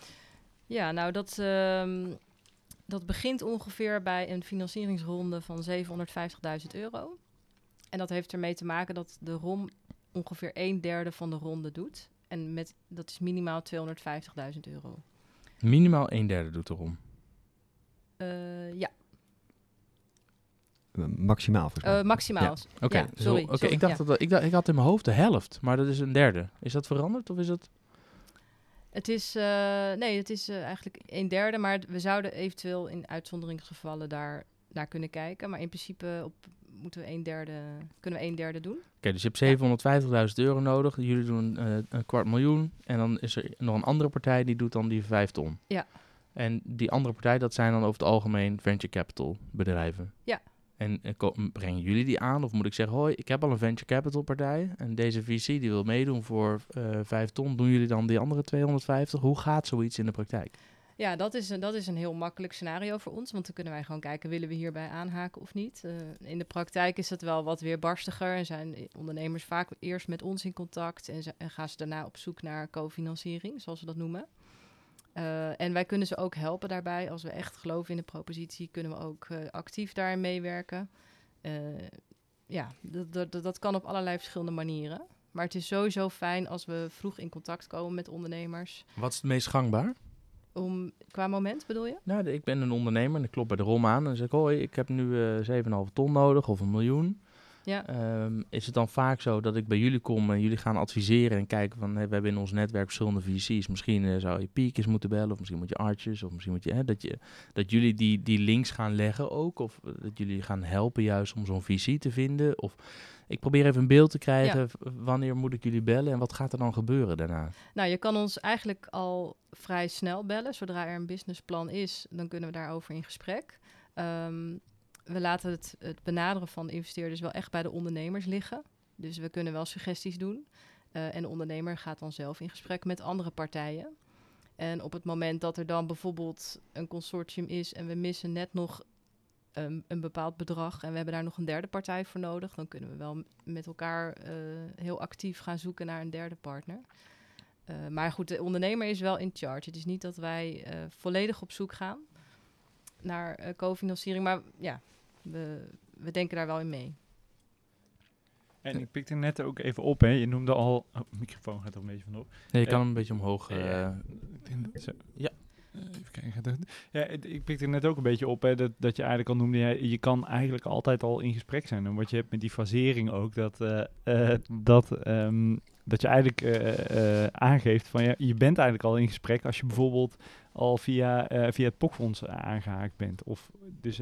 [SPEAKER 3] Ja, nou dat, uh, dat begint ongeveer bij een financieringsronde van zevenhonderdvijftigduizend euro. En dat heeft ermee te maken dat de ROM ongeveer een derde van de ronde doet. En met, dat is minimaal tweehonderdvijftigduizend euro.
[SPEAKER 1] Minimaal een derde doet de ROM?
[SPEAKER 3] Uh, ja.
[SPEAKER 4] Uh, maximaal volgens mij.
[SPEAKER 3] Uh, maximaal.
[SPEAKER 1] Ja. Oké, okay.
[SPEAKER 3] ja, sorry.
[SPEAKER 1] Okay,
[SPEAKER 3] sorry
[SPEAKER 1] ik, dacht
[SPEAKER 3] ja.
[SPEAKER 1] dat, ik, dacht, ik had in mijn hoofd de helft, maar dat is een derde. Is dat veranderd of is dat...
[SPEAKER 3] Het is, uh, nee, het is uh, eigenlijk een derde, maar we zouden eventueel in uitzonderingsgevallen daar naar kunnen kijken. Maar in principe op, moeten we een derde, kunnen we een derde doen. Oké,
[SPEAKER 1] okay, dus je hebt zevenhonderdvijftigduizend euro nodig. Jullie doen uh, een kwart miljoen. En dan is er nog een andere partij die doet dan die vijf ton.
[SPEAKER 3] Ja.
[SPEAKER 1] En die andere partij, dat zijn dan over het algemeen venture capital bedrijven.
[SPEAKER 3] Ja.
[SPEAKER 1] En uh, ko- brengen jullie die aan? Of moet ik zeggen, hoi, ik heb al een venture capital partij. En deze V C die wil meedoen voor uh, vijf ton. Doen jullie dan die andere tweehonderdvijftig? Hoe gaat zoiets in de praktijk?
[SPEAKER 3] Ja, dat is, een, dat is een heel makkelijk scenario voor ons. Want dan kunnen wij gewoon kijken, willen we hierbij aanhaken of niet? Uh, in de praktijk is dat wel wat weerbarstiger. En zijn ondernemers vaak eerst met ons in contact. En, ze, en gaan ze daarna op zoek naar cofinanciering, zoals we dat noemen. Uh, en wij kunnen ze ook helpen daarbij. Als we echt geloven in de propositie, kunnen we ook uh, actief daarin meewerken. Uh, ja, dat, dat, dat kan op allerlei verschillende manieren. Maar het is sowieso fijn als we vroeg in contact komen met ondernemers.
[SPEAKER 1] Wat is het meest gangbaar?
[SPEAKER 3] Om, qua moment bedoel je?
[SPEAKER 1] Nou, de- ik ben een ondernemer en ik klop bij de rom aan. En dan zeg ik, hoi, ik heb nu eh zeven komma vijf ton nodig of een miljoen.
[SPEAKER 3] Ja.
[SPEAKER 1] Ehm, is het dan vaak zo dat ik bij jullie kom en jullie gaan adviseren en kijken van, hey, we hebben in ons netwerk verschillende V C's. Misschien eh, zou je Peak eens moeten bellen of misschien moet je Arches of misschien moet je, hè, dat je, dat jullie die, die links gaan leggen ook. Of eh, dat jullie gaan helpen juist om zo'n V C te vinden. Of ik probeer even een beeld te krijgen,
[SPEAKER 3] Ja.
[SPEAKER 1] v- wanneer moet ik jullie bellen en wat gaat er dan gebeuren daarna?
[SPEAKER 3] Nou, je kan ons eigenlijk al vrij snel bellen. Zodra er een businessplan is, dan kunnen we daarover in gesprek. Ehm, we laten het, het benaderen van de investeerders wel echt bij de ondernemers liggen. Dus we kunnen wel suggesties doen. Uh, en de ondernemer gaat dan zelf in gesprek met andere partijen. En op het moment dat er dan bijvoorbeeld een consortium is en we missen net nog um, een bepaald bedrag en we hebben daar nog een derde partij voor nodig, dan kunnen we wel m- met elkaar uh, heel actief gaan zoeken naar een derde partner. Uh, maar goed, de ondernemer is wel in charge. Het is niet dat wij uh, volledig op zoek gaan naar uh, cofinanciering, maar ja, we, we denken daar wel in mee.
[SPEAKER 2] En ik pikte net ook even op, hè. Je noemde al... Oh, de microfoon gaat er een beetje vanop.
[SPEAKER 1] Nee, je
[SPEAKER 2] Eh,
[SPEAKER 1] kan hem een beetje omhoog. eh,
[SPEAKER 2] Ja, ik denk dat- zo.
[SPEAKER 1] Ja.
[SPEAKER 2] Eh, Even kijken. gaat het- Ja, het- ik pikte net ook een beetje op, hè, dat, dat je eigenlijk al noemde, ja, je kan eigenlijk altijd al in gesprek zijn. En wat je hebt met die fasering ook, dat, eh, eh, dat, ehm, dat je eigenlijk eh, eh, aangeeft van, ja, je bent eigenlijk al in gesprek als je bijvoorbeeld al via, eh, via het P O C-fonds aangehaakt bent. Of, dus, eh,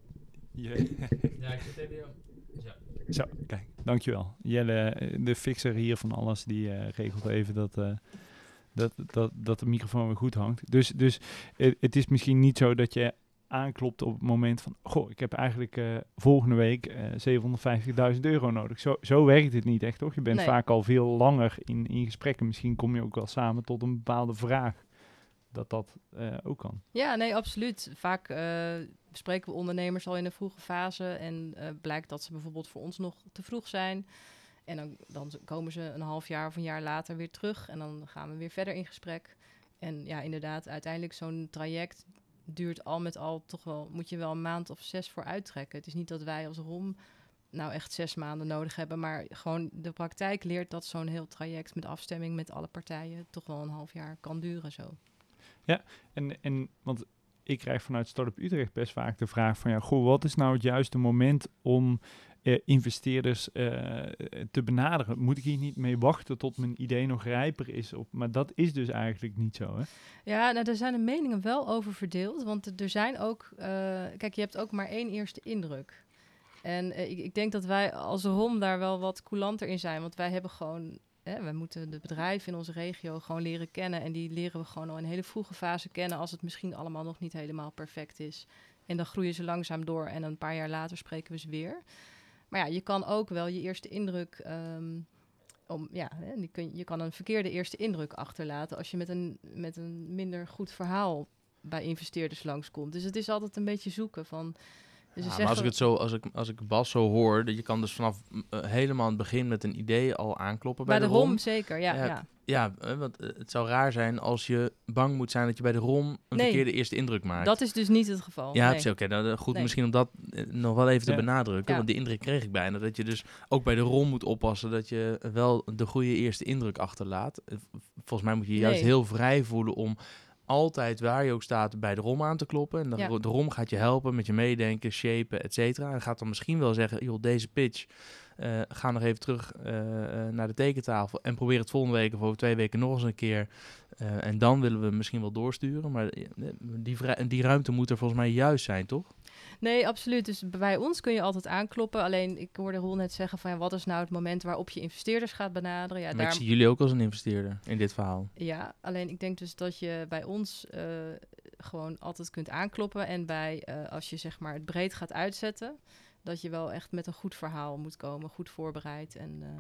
[SPEAKER 2] je
[SPEAKER 1] Ja, ik zit even... Ja.
[SPEAKER 2] Zo, kijk, dankjewel. Jelle, eh, de fixer hier van alles, die eh, regelt even dat, eh, dat, dat, dat de microfoon weer goed hangt. Dus, dus eh, het is misschien niet zo dat je aanklopt op het moment van, goh, ik heb eigenlijk eh, volgende week eh zevenhonderdvijftigduizend euro nodig. Zo, zo werkt het niet echt, toch? Je bent
[SPEAKER 3] Nee.
[SPEAKER 2] vaak al veel langer in, in gesprekken. Misschien kom je ook wel samen tot een bepaalde vraag. Dat dat eh, ook kan.
[SPEAKER 3] Ja, nee, absoluut. Vaak uh, bespreken we ondernemers al in een vroege fase en uh, blijkt dat ze bijvoorbeeld voor ons nog te vroeg zijn. En dan, dan komen ze een half jaar of een jaar later weer terug en dan gaan we weer verder in gesprek. En ja, inderdaad, uiteindelijk zo'n traject duurt al met al toch wel, moet je wel een maand of zes voor uittrekken. Het is niet dat wij als R O M nou echt zes maanden nodig hebben, maar gewoon de praktijk leert dat zo'n heel traject met afstemming met alle partijen toch wel een half jaar kan duren zo.
[SPEAKER 2] Ja, en, en want ik krijg vanuit Startup Utrecht best vaak de vraag van, ja, goh, wat is nou het juiste moment om eh, investeerders eh, te benaderen? Moet ik hier niet mee wachten tot mijn idee nog rijper is? Of, maar dat is dus eigenlijk niet zo, hè?
[SPEAKER 3] Ja, nou, daar zijn de meningen wel over verdeeld, want er zijn ook, uh, kijk, je hebt ook maar één eerste indruk. En uh, ik, ik denk dat wij als R O M daar wel wat coulanter in zijn, want wij hebben gewoon... Hè, we moeten de bedrijven in onze regio gewoon leren kennen. En die leren we gewoon al in een hele vroege fase kennen, als het misschien allemaal nog niet helemaal perfect is. En dan groeien ze langzaam door en een paar jaar later spreken we ze weer. Maar ja, je kan ook wel je eerste indruk... Um, om, ja, hè, die kun, je kan een verkeerde eerste indruk achterlaten als je met een, met een minder goed verhaal bij investeerders langskomt. Dus het is altijd een beetje zoeken van... Dus
[SPEAKER 1] Ja,
[SPEAKER 3] ze
[SPEAKER 1] maar als ik
[SPEAKER 3] zeggen-
[SPEAKER 1] het zo, als ik, als ik Bas zo hoor, dat je kan dus vanaf uh, helemaal aan het begin met een idee al aankloppen bij,
[SPEAKER 3] bij de
[SPEAKER 1] de
[SPEAKER 3] R O M
[SPEAKER 1] rom.
[SPEAKER 3] zeker, ja.
[SPEAKER 1] Ja,
[SPEAKER 3] ja.
[SPEAKER 1] Ja, uh, want uh, het zou raar zijn als je bang moet zijn dat je bij de rom een
[SPEAKER 3] Nee.
[SPEAKER 1] verkeerde eerste indruk maakt.
[SPEAKER 3] Dat is dus niet het geval.
[SPEAKER 1] ja,
[SPEAKER 3] nee.
[SPEAKER 1] precies, oké. nou, uh, goed,
[SPEAKER 3] Nee.
[SPEAKER 1] misschien om dat uh, nog wel even te
[SPEAKER 2] Ja.
[SPEAKER 1] benadrukken.
[SPEAKER 3] Ja.
[SPEAKER 1] Want die indruk kreeg ik bijna. Dat je dus ook bij de rom moet oppassen dat je wel de goede eerste indruk achterlaat. Uh, volgens mij moet je je juist
[SPEAKER 3] Nee.
[SPEAKER 1] heel vrij voelen om altijd waar je ook staat bij de rom aan te kloppen. En de,
[SPEAKER 3] Ja.
[SPEAKER 1] de rom gaat je helpen met je meedenken, shapen, et cetera. En gaat dan misschien wel zeggen, joh, deze pitch, uh, ga nog even terug uh, uh, naar de tekentafel en probeer het volgende week of over twee weken nog eens een keer. Uh, en dan willen we misschien wel doorsturen. Maar uh, die, vrij, die ruimte moet er volgens mij juist zijn, toch?
[SPEAKER 3] Nee, absoluut. Dus bij ons kun je altijd aankloppen. Alleen, ik hoorde Roel net zeggen van... Ja, wat is nou het moment waarop je investeerders gaat benaderen? Ja,
[SPEAKER 1] maar
[SPEAKER 3] daar...
[SPEAKER 1] ik zie jullie ook als een investeerder in dit verhaal.
[SPEAKER 3] ja, alleen ik denk dus dat je bij ons uh, gewoon altijd kunt aankloppen. En bij, uh, als je zeg maar het breed gaat uitzetten... dat je wel echt met een goed verhaal moet komen. Goed voorbereid en... Uh,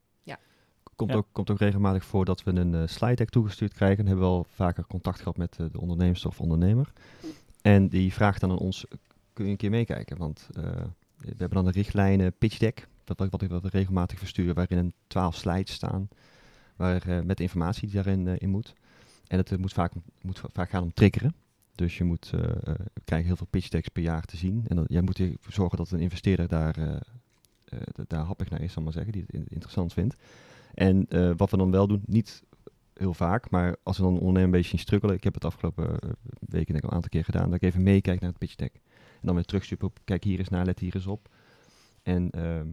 [SPEAKER 4] Komt,
[SPEAKER 2] Ja.
[SPEAKER 4] ook, komt ook regelmatig voor dat we een uh, slide deck toegestuurd krijgen. Dan hebben we wel vaker contact gehad met uh, de ondernemer of ondernemer. En die vraagt dan aan ons, kun je een keer meekijken? Want uh, we hebben dan een richtlijnen pitch deck, wat, wat ik wat ik regelmatig verstuur, waarin een twaalf slides staan, waar, uh, met de informatie die daarin uh, in moet. En het uh, moet, vaak, moet vaak gaan om triggeren. Dus je moet, uh, uh, we krijgen heel veel pitch decks per jaar te zien. En dan, jij moet ervoor zorgen dat een investeerder daar, uh, uh, daar happig naar is, zal ik maar zeggen, die het in, interessant vindt. En uh, wat we dan wel doen, niet heel vaak, maar als we dan een ondernemer een beetje zien struggelen, ik heb het afgelopen uh, weken denk ik al een aantal keer gedaan, dat ik even meekijk naar het pitch deck. En dan weer terugsturen op, kijk hier eens naar, let hier eens op. En uh, uh,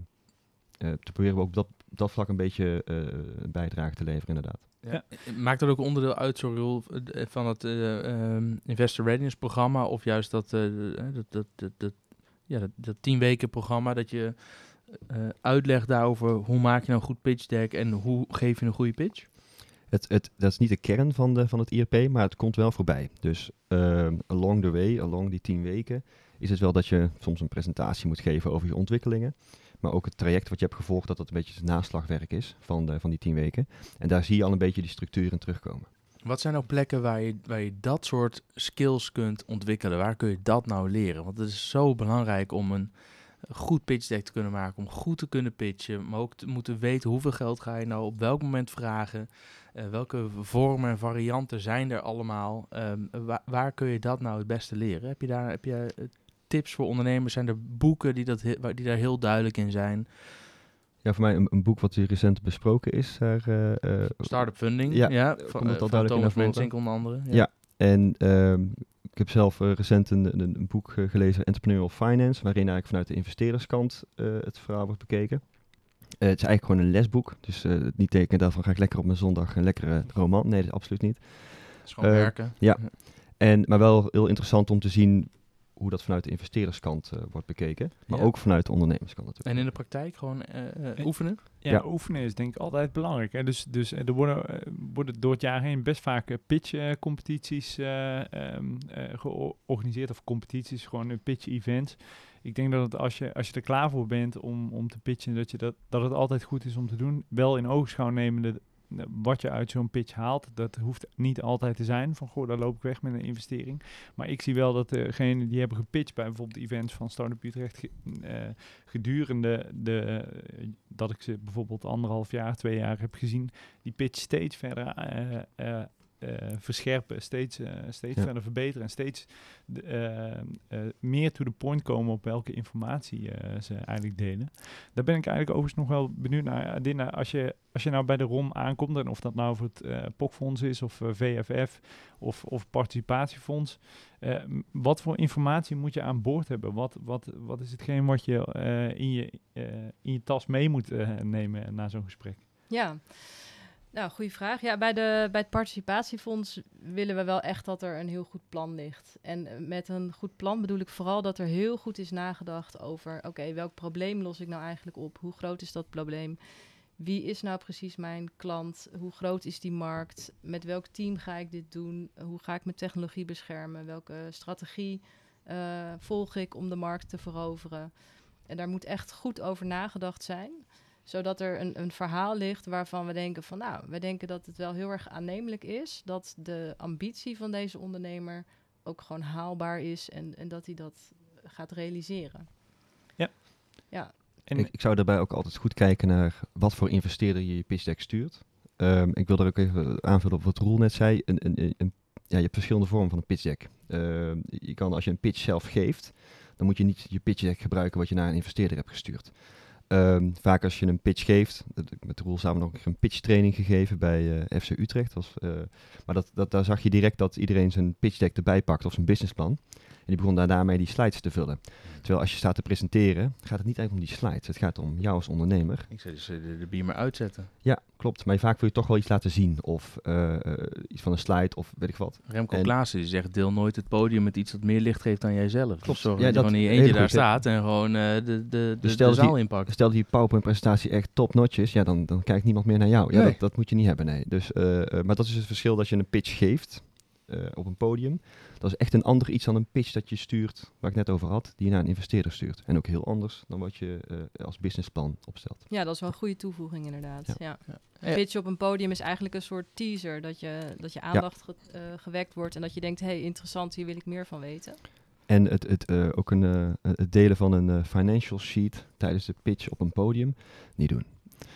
[SPEAKER 4] te proberen we ook op dat, dat vlak een beetje uh, een bijdrage te leveren, inderdaad.
[SPEAKER 1] Ja. Maakt dat ook onderdeel uit, sorry, van het uh, um, Investor Readiness programma of juist dat, uh, dat, dat, dat, dat, ja, dat, dat tien weken programma dat je uh, uitlegt daarover hoe maak je nou een goed pitch deck en hoe geef je een goede pitch?
[SPEAKER 4] Het, het, dat is niet de kern van, de, van het I R P, maar het komt wel voorbij. Dus uh, along the way, along die tien weken, is het wel dat je soms een presentatie moet geven over je ontwikkelingen. Maar ook het traject wat je hebt gevolgd, dat dat een beetje het naslagwerk is van, de, van die tien weken. En daar zie je al een beetje die structuur in terugkomen.
[SPEAKER 1] Wat zijn nou plekken waar je, waar je dat soort skills kunt ontwikkelen? Waar kun je dat nou leren? Want het is zo belangrijk om een goed pitch deck te kunnen maken, om goed te kunnen pitchen, maar ook te moeten weten hoeveel geld ga je nou op welk moment vragen, uh, welke vormen en varianten zijn er allemaal. Um, waar, waar kun je dat nou het beste leren? Heb je daar heb je uh, tips voor ondernemers? Zijn er boeken die, dat he- die daar heel duidelijk in zijn?
[SPEAKER 4] Ja, voor mij een, een boek wat hier recent besproken is. Uh, uh,
[SPEAKER 1] Startup Funding,
[SPEAKER 4] ja,
[SPEAKER 1] ja,
[SPEAKER 4] van,
[SPEAKER 1] van,
[SPEAKER 4] uh,
[SPEAKER 1] uh, van
[SPEAKER 4] duidelijk
[SPEAKER 1] Thomas
[SPEAKER 4] in naar
[SPEAKER 1] Mensink onder andere. Ja,
[SPEAKER 4] ja en uh, ik heb zelf uh, recent een, een, een boek uh, gelezen, Entrepreneurial Finance, waarin eigenlijk vanuit de investeerderskant uh, het verhaal wordt bekeken. Uh, het is eigenlijk gewoon een lesboek, dus uh, niet tekenen daarvan ga ik lekker op mijn zondag een lekkere roman. Nee, dat is absoluut niet.
[SPEAKER 1] Het is gewoon uh, werken.
[SPEAKER 4] Ja, en, maar wel heel interessant om te zien hoe dat vanuit de investeerderskant uh, wordt bekeken, maar
[SPEAKER 1] ja.
[SPEAKER 4] ook vanuit de ondernemerskant natuurlijk.
[SPEAKER 1] En in de praktijk gewoon uh, uh, oefenen?
[SPEAKER 2] Ja,
[SPEAKER 4] ja,
[SPEAKER 2] oefenen is denk ik altijd belangrijk. Hè? Dus, dus er worden, uh, worden door het jaar heen best vaak uh, pitch-competities uh, um, uh, georganiseerd, of competities, gewoon uh, pitch-events. Ik denk dat het als je, als je er klaar voor bent om, om te pitchen, dat, je dat, dat het altijd goed is om te doen. Wel in oogschouw nemende wat je uit zo'n pitch haalt. Dat hoeft niet altijd te zijn van, goh, daar loop ik weg met een investering. Maar ik zie wel dat degenen die hebben gepitcht bij bijvoorbeeld events van Startup Utrecht ge, uh, gedurende de, uh, dat ik ze bijvoorbeeld anderhalf jaar, twee jaar heb gezien, die pitch steeds verder uh, uh, Uh, verscherpen, steeds, uh, steeds ja. verder verbeteren en steeds de, uh, uh, meer to the point komen op welke informatie uh, ze eigenlijk delen. Daar ben ik eigenlijk overigens nog wel benieuwd naar. Dina, als je, als je nou bij de R O M aankomt, en of dat nou voor het uh, P O C-fonds is of uh, V F F of, of participatiefonds, uh, wat voor informatie moet je aan boord hebben? Wat, wat, wat is hetgeen wat je, uh, in, je uh, in je tas mee moet uh, nemen na zo'n gesprek?
[SPEAKER 3] Ja, nou, goede vraag. Ja, bij, de, bij het participatiefonds willen we wel echt dat er een heel goed plan ligt. En met een goed plan bedoel ik vooral dat er heel goed is nagedacht over, oké, okay, welk probleem los ik nou eigenlijk op? Hoe groot is dat probleem? Wie is nou precies mijn klant? Hoe groot is die markt? Met welk team ga ik dit doen? Hoe ga ik mijn technologie beschermen? Welke strategie uh, volg ik om de markt te veroveren? En daar moet echt goed over nagedacht zijn, zodat er een, een verhaal ligt waarvan we denken van, nou, we denken dat het wel heel erg aannemelijk is, dat de ambitie van deze ondernemer ook gewoon haalbaar is en, en dat hij dat gaat realiseren.
[SPEAKER 2] Ja.
[SPEAKER 3] Ja.
[SPEAKER 4] En ik, ik zou daarbij ook altijd goed kijken naar wat voor investeerder je je pitch deck stuurt. Um, ik wil daar ook even aanvullen op wat Roel net zei. Een, een, een, ja, je hebt verschillende vormen van een pitch deck. Uh, je kan, als je een pitch zelf geeft, dan moet je niet je pitch deck gebruiken wat je naar een investeerder hebt gestuurd. Um, vaak als je een pitch geeft, met Roel samen nog een pitch training gegeven bij uh, F C Utrecht. Was, uh, maar dat, dat, daar zag je direct dat iedereen zijn pitch deck erbij pakt of zijn businessplan. En die begon daar daarmee die slides te vullen. Terwijl als je staat te presenteren, gaat het niet eigenlijk om die slides. Het gaat om jou als ondernemer.
[SPEAKER 1] Ik zou dus de, de beamer uitzetten.
[SPEAKER 4] Ja, klopt. Maar vaak wil je toch wel iets laten zien. Of uh, uh, iets van een slide of weet ik wat.
[SPEAKER 1] Remco
[SPEAKER 4] en
[SPEAKER 1] Klaassen die zegt, deel nooit het podium met iets dat meer licht geeft dan jijzelf.
[SPEAKER 4] Klopt.
[SPEAKER 1] Dus zorg
[SPEAKER 4] Ja,
[SPEAKER 1] dat,
[SPEAKER 4] dat
[SPEAKER 1] je gewoon in je
[SPEAKER 4] heel
[SPEAKER 1] eentje
[SPEAKER 4] goed,
[SPEAKER 1] daar
[SPEAKER 4] ja.
[SPEAKER 1] staat en gewoon uh, de, de, de,
[SPEAKER 4] Dus
[SPEAKER 1] de
[SPEAKER 4] stel dat
[SPEAKER 1] zaal
[SPEAKER 4] die-
[SPEAKER 1] inpakt.
[SPEAKER 4] Stel dat die PowerPoint-presentatie echt top-notch is, ja, dan, dan kijkt niemand meer naar jou. Ja,
[SPEAKER 1] Nee.
[SPEAKER 4] dat, dat moet je niet hebben, nee. Dus, uh, uh, maar dat is het verschil dat je een pitch geeft uh, op een podium. Dat is echt een ander iets dan een pitch dat je stuurt, waar ik net over had, die je naar een investeerder stuurt. En ook heel anders dan wat je uh, als businessplan opstelt.
[SPEAKER 3] Ja, dat is wel een goede toevoeging inderdaad.
[SPEAKER 4] Ja.
[SPEAKER 3] Ja.
[SPEAKER 1] Ja.
[SPEAKER 3] Een pitch op een podium is eigenlijk een soort teaser, dat je, dat je aandacht ge, uh, gewekt wordt en dat je denkt, hé, hey, interessant, hier wil ik meer van weten.
[SPEAKER 4] En het, het, uh, ook een, uh, het delen van een uh, financial sheet tijdens de pitch op een podium, niet doen.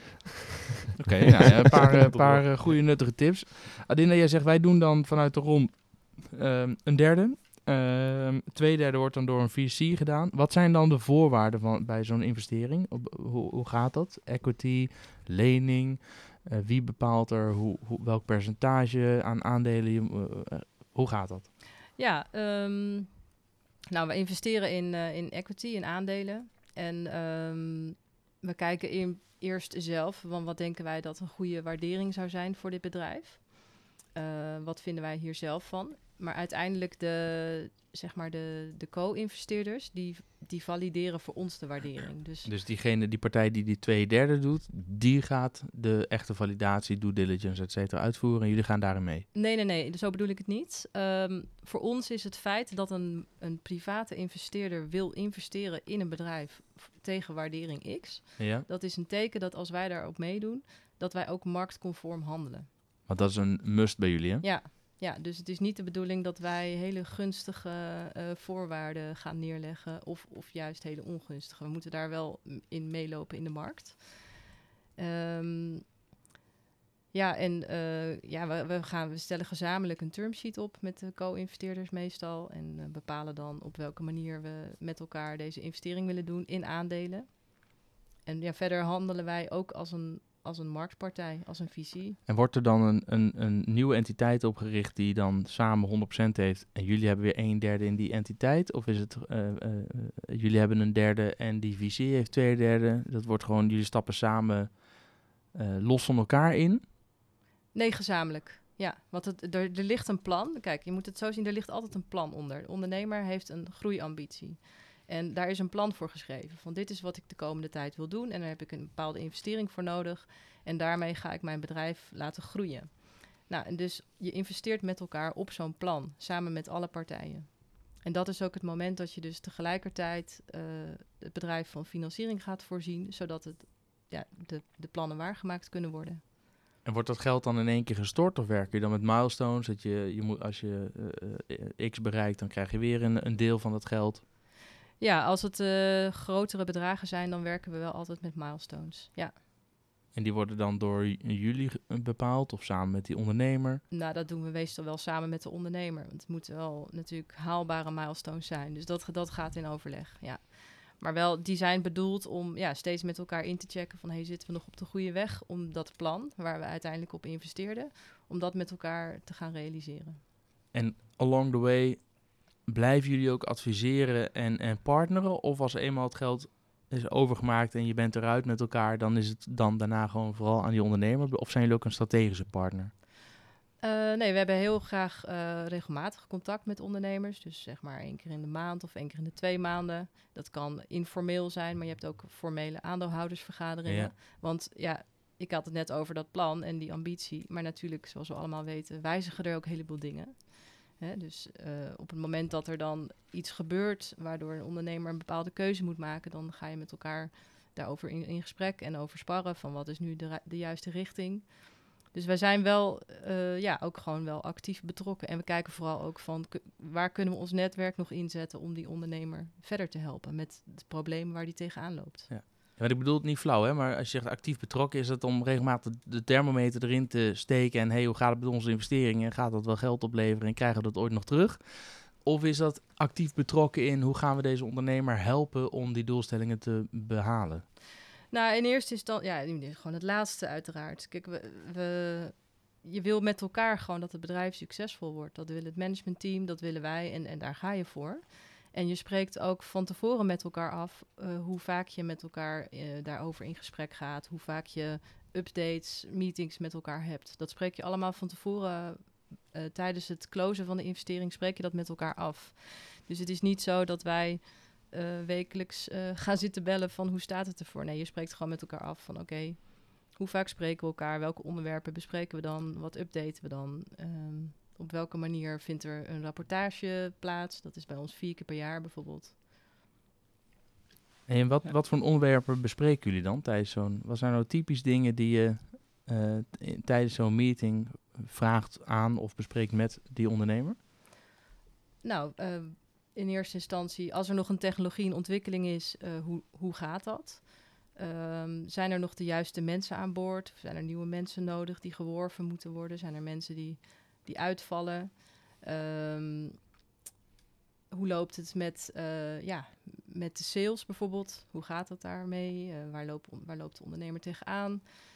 [SPEAKER 1] Oké, okay, nou ja, een paar, uh, paar uh, goede nuttige tips. Adinda, jij zegt, wij doen dan vanuit de R O M uh, een derde. Uh, twee derde wordt dan door een V C gedaan. Wat zijn dan de voorwaarden van, bij zo'n investering? Op, hoe, hoe gaat dat? Equity, lening, Uh, wie bepaalt er hoe, hoe, welk percentage aan aandelen? Je, uh, uh, hoe gaat dat?
[SPEAKER 3] Ja, um, nou, we investeren in, uh, in equity, in aandelen. En um, we kijken in, eerst zelf, want wat denken wij dat een goede waardering zou zijn voor dit bedrijf? Uh, wat vinden wij hier zelf van? Maar uiteindelijk de, zeg maar de, de co-investeerders, die, die valideren voor ons de waardering. Dus,
[SPEAKER 1] dus diegene, die partij die die twee derde doet, die gaat de echte validatie, due diligence, et cetera, uitvoeren en jullie gaan daarin mee?
[SPEAKER 3] Nee, nee, nee. Zo bedoel ik het niet. Um, voor ons is het feit dat een, een private investeerder wil investeren in een bedrijf tegen waardering X,
[SPEAKER 1] ja.
[SPEAKER 3] dat is een teken dat als wij daarop meedoen, dat wij ook marktconform handelen.
[SPEAKER 1] Want dat is een must bij jullie, hè?
[SPEAKER 3] Ja. Ja, dus het is niet de bedoeling dat wij hele gunstige uh, voorwaarden gaan neerleggen of, of juist hele ongunstige. We moeten daar wel in meelopen in de markt. Um, ja, en uh, ja, we, we, gaan, we stellen gezamenlijk een termsheet op met de co-investeerders meestal en uh, bepalen dan op welke manier we met elkaar deze investering willen doen in aandelen. En ja, verder handelen wij ook als een als een marktpartij, als een visie.
[SPEAKER 1] En wordt er dan een, een, een nieuwe entiteit opgericht die dan samen honderd procent heeft en jullie hebben weer een derde in die entiteit? Of is het, uh, uh, uh, jullie hebben een derde en die visie heeft twee derde? Dat wordt gewoon, jullie stappen samen uh, los van elkaar in?
[SPEAKER 3] Nee, gezamenlijk. Ja, want het, er, er ligt een plan. Kijk, je moet het zo zien, er ligt altijd een plan onder. De ondernemer heeft een groeiambitie. En daar is een plan voor geschreven. Van dit is wat ik de komende tijd wil doen. En daar heb ik een bepaalde investering voor nodig. En daarmee ga ik mijn bedrijf laten groeien. Nou, en dus je investeert met elkaar op zo'n plan. Samen met alle partijen. En dat is ook het moment dat je dus tegelijkertijd uh, het bedrijf van financiering gaat voorzien. Zodat het, ja, de, de plannen waargemaakt kunnen worden.
[SPEAKER 1] En wordt dat geld dan in één keer gestort? Of werk je dan met milestones? Dat je, je moet, als je uh, uh, X bereikt, dan krijg je weer een, een deel van dat geld?
[SPEAKER 3] Ja, als het uh, grotere bedragen zijn, dan werken we wel altijd met milestones. Ja.
[SPEAKER 1] En die worden dan door jullie bepaald of samen met die ondernemer?
[SPEAKER 3] Nou, dat doen we meestal wel samen met de ondernemer. Want het moeten wel natuurlijk haalbare milestones zijn. Dus dat, dat gaat in overleg, ja. Maar wel, die zijn bedoeld om ja, steeds met elkaar in te checken van... hey, zitten we nog op de goede weg om dat plan, waar we uiteindelijk op investeerden... om dat met elkaar te gaan realiseren.
[SPEAKER 1] En along the way... blijven jullie ook adviseren en, en partneren? Of als eenmaal het geld is overgemaakt en je bent eruit met elkaar... dan is het dan daarna gewoon vooral aan die ondernemer? Of zijn jullie ook een strategische partner?
[SPEAKER 3] Uh, nee, we hebben heel graag uh, regelmatig contact met ondernemers. Dus zeg maar één keer in de maand of één keer in de twee maanden. Dat kan informeel zijn, maar je hebt ook formele aandeelhoudersvergaderingen. Ja. Want ja, ik had het net over dat plan en die ambitie. Maar natuurlijk, zoals we allemaal weten, wijzigen er ook een heleboel dingen. Hè, dus uh, op het moment dat er dan iets gebeurt waardoor een ondernemer een bepaalde keuze moet maken, dan ga je met elkaar daarover in, in gesprek en over sparren van wat is nu de, de juiste richting. Dus wij zijn wel uh, ja, ook gewoon wel actief betrokken. En we kijken vooral ook van k- waar kunnen we ons netwerk nog inzetten om die ondernemer verder te helpen met het probleem waar die tegenaan loopt.
[SPEAKER 1] Ja. Ja, ik bedoel het niet flauw, hè? Maar als je zegt actief betrokken, is het om regelmatig de thermometer erin te steken en hey, hoe gaat het met onze investeringen? Gaat dat wel geld opleveren en krijgen we dat ooit nog terug? Of is dat actief betrokken in hoe gaan we deze ondernemer helpen om die doelstellingen te behalen?
[SPEAKER 3] Nou, in eerste instantie, ja, gewoon het laatste uiteraard. Kijk, we, we, je wil met elkaar gewoon dat het bedrijf succesvol wordt. Dat wil het managementteam, dat willen wij en, en daar ga je voor. En je spreekt ook van tevoren met elkaar af uh, hoe vaak je met elkaar uh, daarover in gesprek gaat. Hoe vaak je updates, meetings met elkaar hebt. Dat spreek je allemaal van tevoren uh, tijdens het closen van de investering spreek je dat met elkaar af. Dus het is niet zo dat wij uh, wekelijks uh, gaan zitten bellen van hoe staat het ervoor. Nee, je spreekt gewoon met elkaar af van oké, okay, hoe vaak spreken we elkaar? Welke onderwerpen bespreken we dan? Wat updaten we dan? Um, Op welke manier vindt er een rapportage plaats? Dat is bij ons vier keer per jaar bijvoorbeeld.
[SPEAKER 1] En wat,
[SPEAKER 3] ja.
[SPEAKER 1] wat voor onderwerpen bespreken jullie dan tijdens zo'n... Wat zijn nou typisch dingen die je uh, t- tijdens zo'n meeting vraagt aan of bespreekt met die ondernemer?
[SPEAKER 3] Nou, uh, in eerste instantie, als er nog een technologie in ontwikkeling is, uh, hoe, hoe gaat dat? Um, zijn er nog de juiste mensen aan boord? Of zijn er nieuwe mensen nodig die geworven moeten worden? Zijn er mensen die... die uitvallen. Um, hoe loopt het met, uh, ja, met de sales bijvoorbeeld? Hoe gaat het daarmee? Uh, waar, loop, waar loopt de ondernemer tegenaan?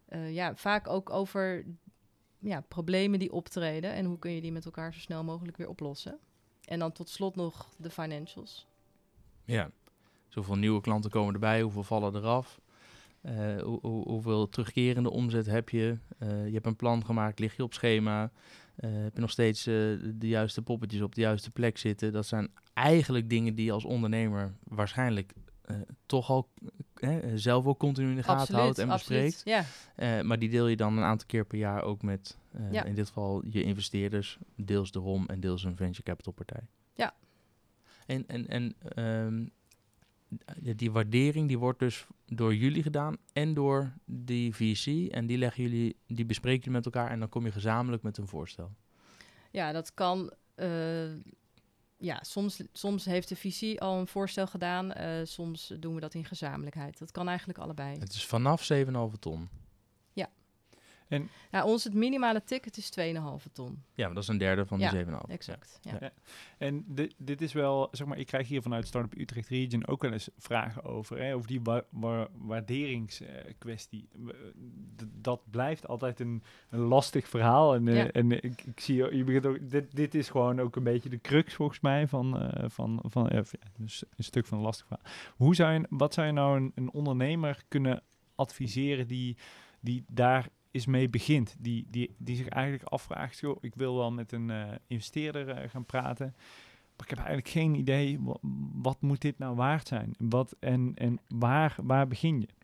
[SPEAKER 3] uh, ja, vaak ook over ja, problemen die optreden en hoe kun je die met elkaar zo snel mogelijk weer oplossen. En dan tot slot nog de financials.
[SPEAKER 1] Ja, zoveel nieuwe klanten komen erbij, hoeveel vallen eraf? Uh, hoe, hoe, hoeveel terugkerende omzet heb je? Uh, je hebt een plan gemaakt, lig je op schema? Uh, heb je nog steeds uh, de juiste poppetjes op de juiste plek zitten? Dat zijn eigenlijk dingen die je als ondernemer waarschijnlijk uh, toch al uh, zelf ook continu in de gaten
[SPEAKER 3] absoluut,
[SPEAKER 1] houdt en bespreekt.
[SPEAKER 3] Ja.
[SPEAKER 1] Uh, maar die deel je dan een aantal keer per jaar ook met, uh,
[SPEAKER 3] ja.
[SPEAKER 1] in dit geval, je investeerders, deels de R O M en deels een venture capital partij.
[SPEAKER 3] Ja.
[SPEAKER 1] En, en, en um, die waardering die wordt dus door jullie gedaan en door die V C. En die leggen jullie, die bespreken jullie met elkaar en dan kom je gezamenlijk met een voorstel.
[SPEAKER 3] Ja, dat kan. Uh, ja, soms, soms heeft de V C al een voorstel gedaan. Uh, soms doen we dat in gezamenlijkheid. Dat kan eigenlijk allebei.
[SPEAKER 1] Het is vanaf zeven komma vijf ton.
[SPEAKER 3] Ja.
[SPEAKER 2] En
[SPEAKER 3] ja, ons het minimale ticket is twee komma vijf ton.
[SPEAKER 1] Ja, maar dat is een derde van
[SPEAKER 3] ja,
[SPEAKER 1] die zeven komma vijf.
[SPEAKER 3] Exact. Ja.
[SPEAKER 2] Ja. Ja. En dit, dit is wel, zeg maar, ik krijg hier vanuit Startup Utrecht Region ook wel eens vragen over, hè, over die wa- wa- waarderingskwestie. Uh, D- dat blijft altijd een, een lastig verhaal. En, uh,
[SPEAKER 3] ja.
[SPEAKER 2] en ik, ik zie, je begint ook, dit, dit is gewoon ook een beetje de crux volgens mij van, uh, van, van uh, dus een stuk van een lastig verhaal. Hoe zou je, wat zou je nou een, een ondernemer kunnen adviseren die, die daar is mee begint, die, die, die zich eigenlijk afvraagt, joh, ik wil wel met een uh, investeerder uh, gaan praten, maar ik heb eigenlijk geen idee, wat, wat moet dit nou waard zijn? Wat, en en waar, waar begin je?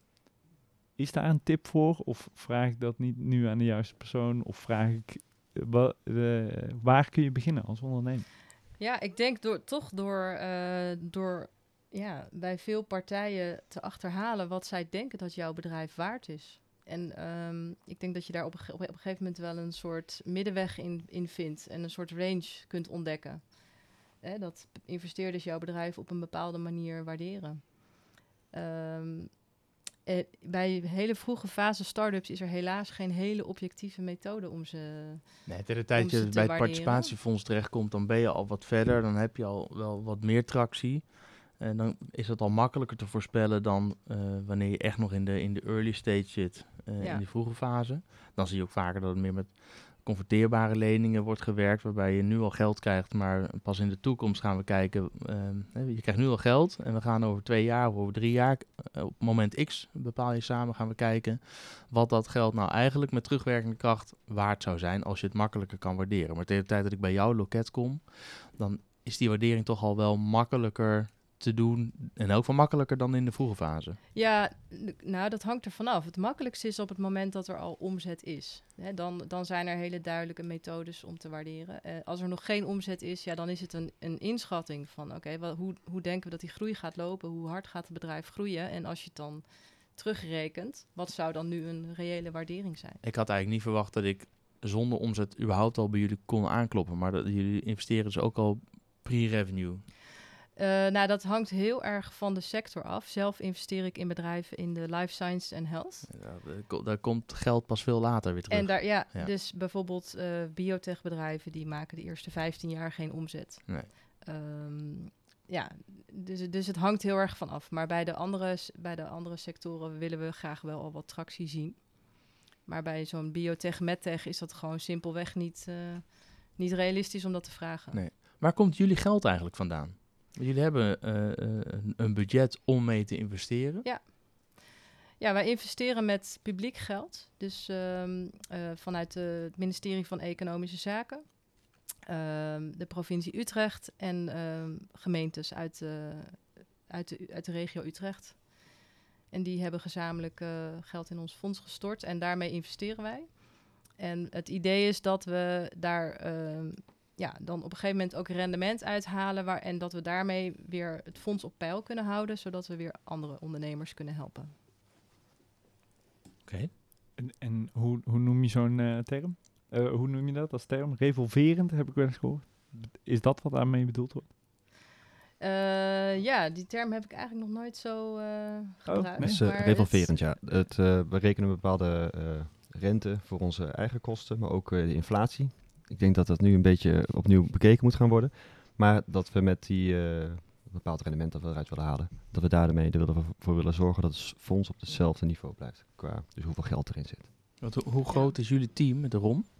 [SPEAKER 2] Is daar een tip voor? Of vraag ik dat niet nu aan de juiste persoon? Of vraag ik, uh, wa, uh, waar kun je beginnen als ondernemer?
[SPEAKER 3] Ja, ik denk door, toch door, uh, door ja, bij veel partijen te achterhalen wat zij denken dat jouw bedrijf waard is. En um, ik denk dat je daar op een, op een gegeven moment wel een soort middenweg in, in vindt en een soort range kunt ontdekken. Hè, dat investeerders jouw bedrijf op een bepaalde manier waarderen. Um, eh, bij hele vroege fase start-ups is er helaas geen hele objectieve methode om ze
[SPEAKER 1] Nee, tegen de tijd je bij het
[SPEAKER 3] waarderen.
[SPEAKER 1] participatiefonds terechtkomt, dan ben je al wat verder. Dan heb je al wel wat meer tractie. En dan is het al makkelijker te voorspellen dan uh, wanneer je echt nog in de, in de early stage zit, uh, ja. in die vroege fase. Dan zie je ook vaker dat het meer met converteerbare leningen wordt gewerkt, waarbij je nu al geld krijgt, maar pas in de toekomst gaan we kijken. Uh, je krijgt nu al geld en we gaan over twee jaar of over drie jaar, uh, op moment X bepaal je samen, gaan we kijken wat dat geld nou eigenlijk met terugwerkende kracht waard zou zijn als je het makkelijker kan waarderen. Maar tegen de tijd dat ik bij jouw loket kom, dan is die waardering toch al wel makkelijker te doen en ook wel makkelijker dan in de vroege fase.
[SPEAKER 3] Ja, nou dat hangt er vanaf. Het makkelijkste is op het moment dat er al omzet is. Hè, dan, dan zijn er hele duidelijke methodes om te waarderen. Uh, als er nog geen omzet is, ja, dan is het een, een inschatting van oké, okay, hoe, hoe denken we dat die groei gaat lopen? Hoe hard gaat het bedrijf groeien? En als je het dan terugrekent, wat zou dan nu een reële waardering zijn?
[SPEAKER 1] Ik had eigenlijk niet verwacht dat ik zonder omzet überhaupt al bij jullie kon aankloppen, maar dat jullie investeren dus ook al pre-revenue.
[SPEAKER 3] Uh, nou, dat hangt heel erg van de sector af. Zelf investeer ik in bedrijven in de life science en health.
[SPEAKER 1] Ja, daar komt geld pas veel later weer terug.
[SPEAKER 3] En daar, ja,
[SPEAKER 1] ja.
[SPEAKER 3] dus bijvoorbeeld uh, biotechbedrijven die maken de eerste vijftien jaar geen omzet.
[SPEAKER 1] Nee.
[SPEAKER 3] Um, ja, dus, dus het hangt heel erg van af. Maar bij de andere, bij de andere sectoren willen we graag wel al wat tractie zien. Maar bij zo'n biotech, medtech is dat gewoon simpelweg niet, uh, niet realistisch om dat te vragen.
[SPEAKER 1] Nee. Waar komt jullie geld eigenlijk vandaan? Jullie hebben uh, uh, een budget om mee te investeren.
[SPEAKER 3] Ja. Ja, wij investeren met publiek geld. Dus um, uh, vanuit uh, het ministerie van Economische Zaken, um, de provincie Utrecht en um, gemeentes uit, uh, uit, de, uit de regio Utrecht. En die hebben gezamenlijk uh, geld in ons fonds gestort en daarmee investeren wij. En het idee is dat we daar um, ja, dan op een gegeven moment ook rendement uithalen waar, en dat we daarmee weer het fonds op peil kunnen houden, zodat we weer andere ondernemers kunnen helpen.
[SPEAKER 1] Oké. Okay.
[SPEAKER 2] En, en hoe, hoe noem je zo'n uh, term? Uh, hoe noem je dat als term? Revolverend, heb ik wel eens gehoord. Is dat wat daarmee bedoeld wordt?
[SPEAKER 3] Uh, ja, die term heb ik eigenlijk nog nooit zo uh, gebruikt.
[SPEAKER 4] Oh, nee. Dus, uh, revolverend, het... ja. Het, uh, we rekenen een bepaalde uh, rente voor onze eigen kosten, maar ook uh, de inflatie. Ik denk dat dat nu een beetje opnieuw bekeken moet gaan worden. Maar dat we met die uh, bepaald rendement dat we eruit willen halen. Dat we daarmee er willen voor willen zorgen dat het fonds op hetzelfde niveau blijft. Qua dus hoeveel geld erin zit.
[SPEAKER 1] Wat, ho- hoe groot is jullie team met de R O M?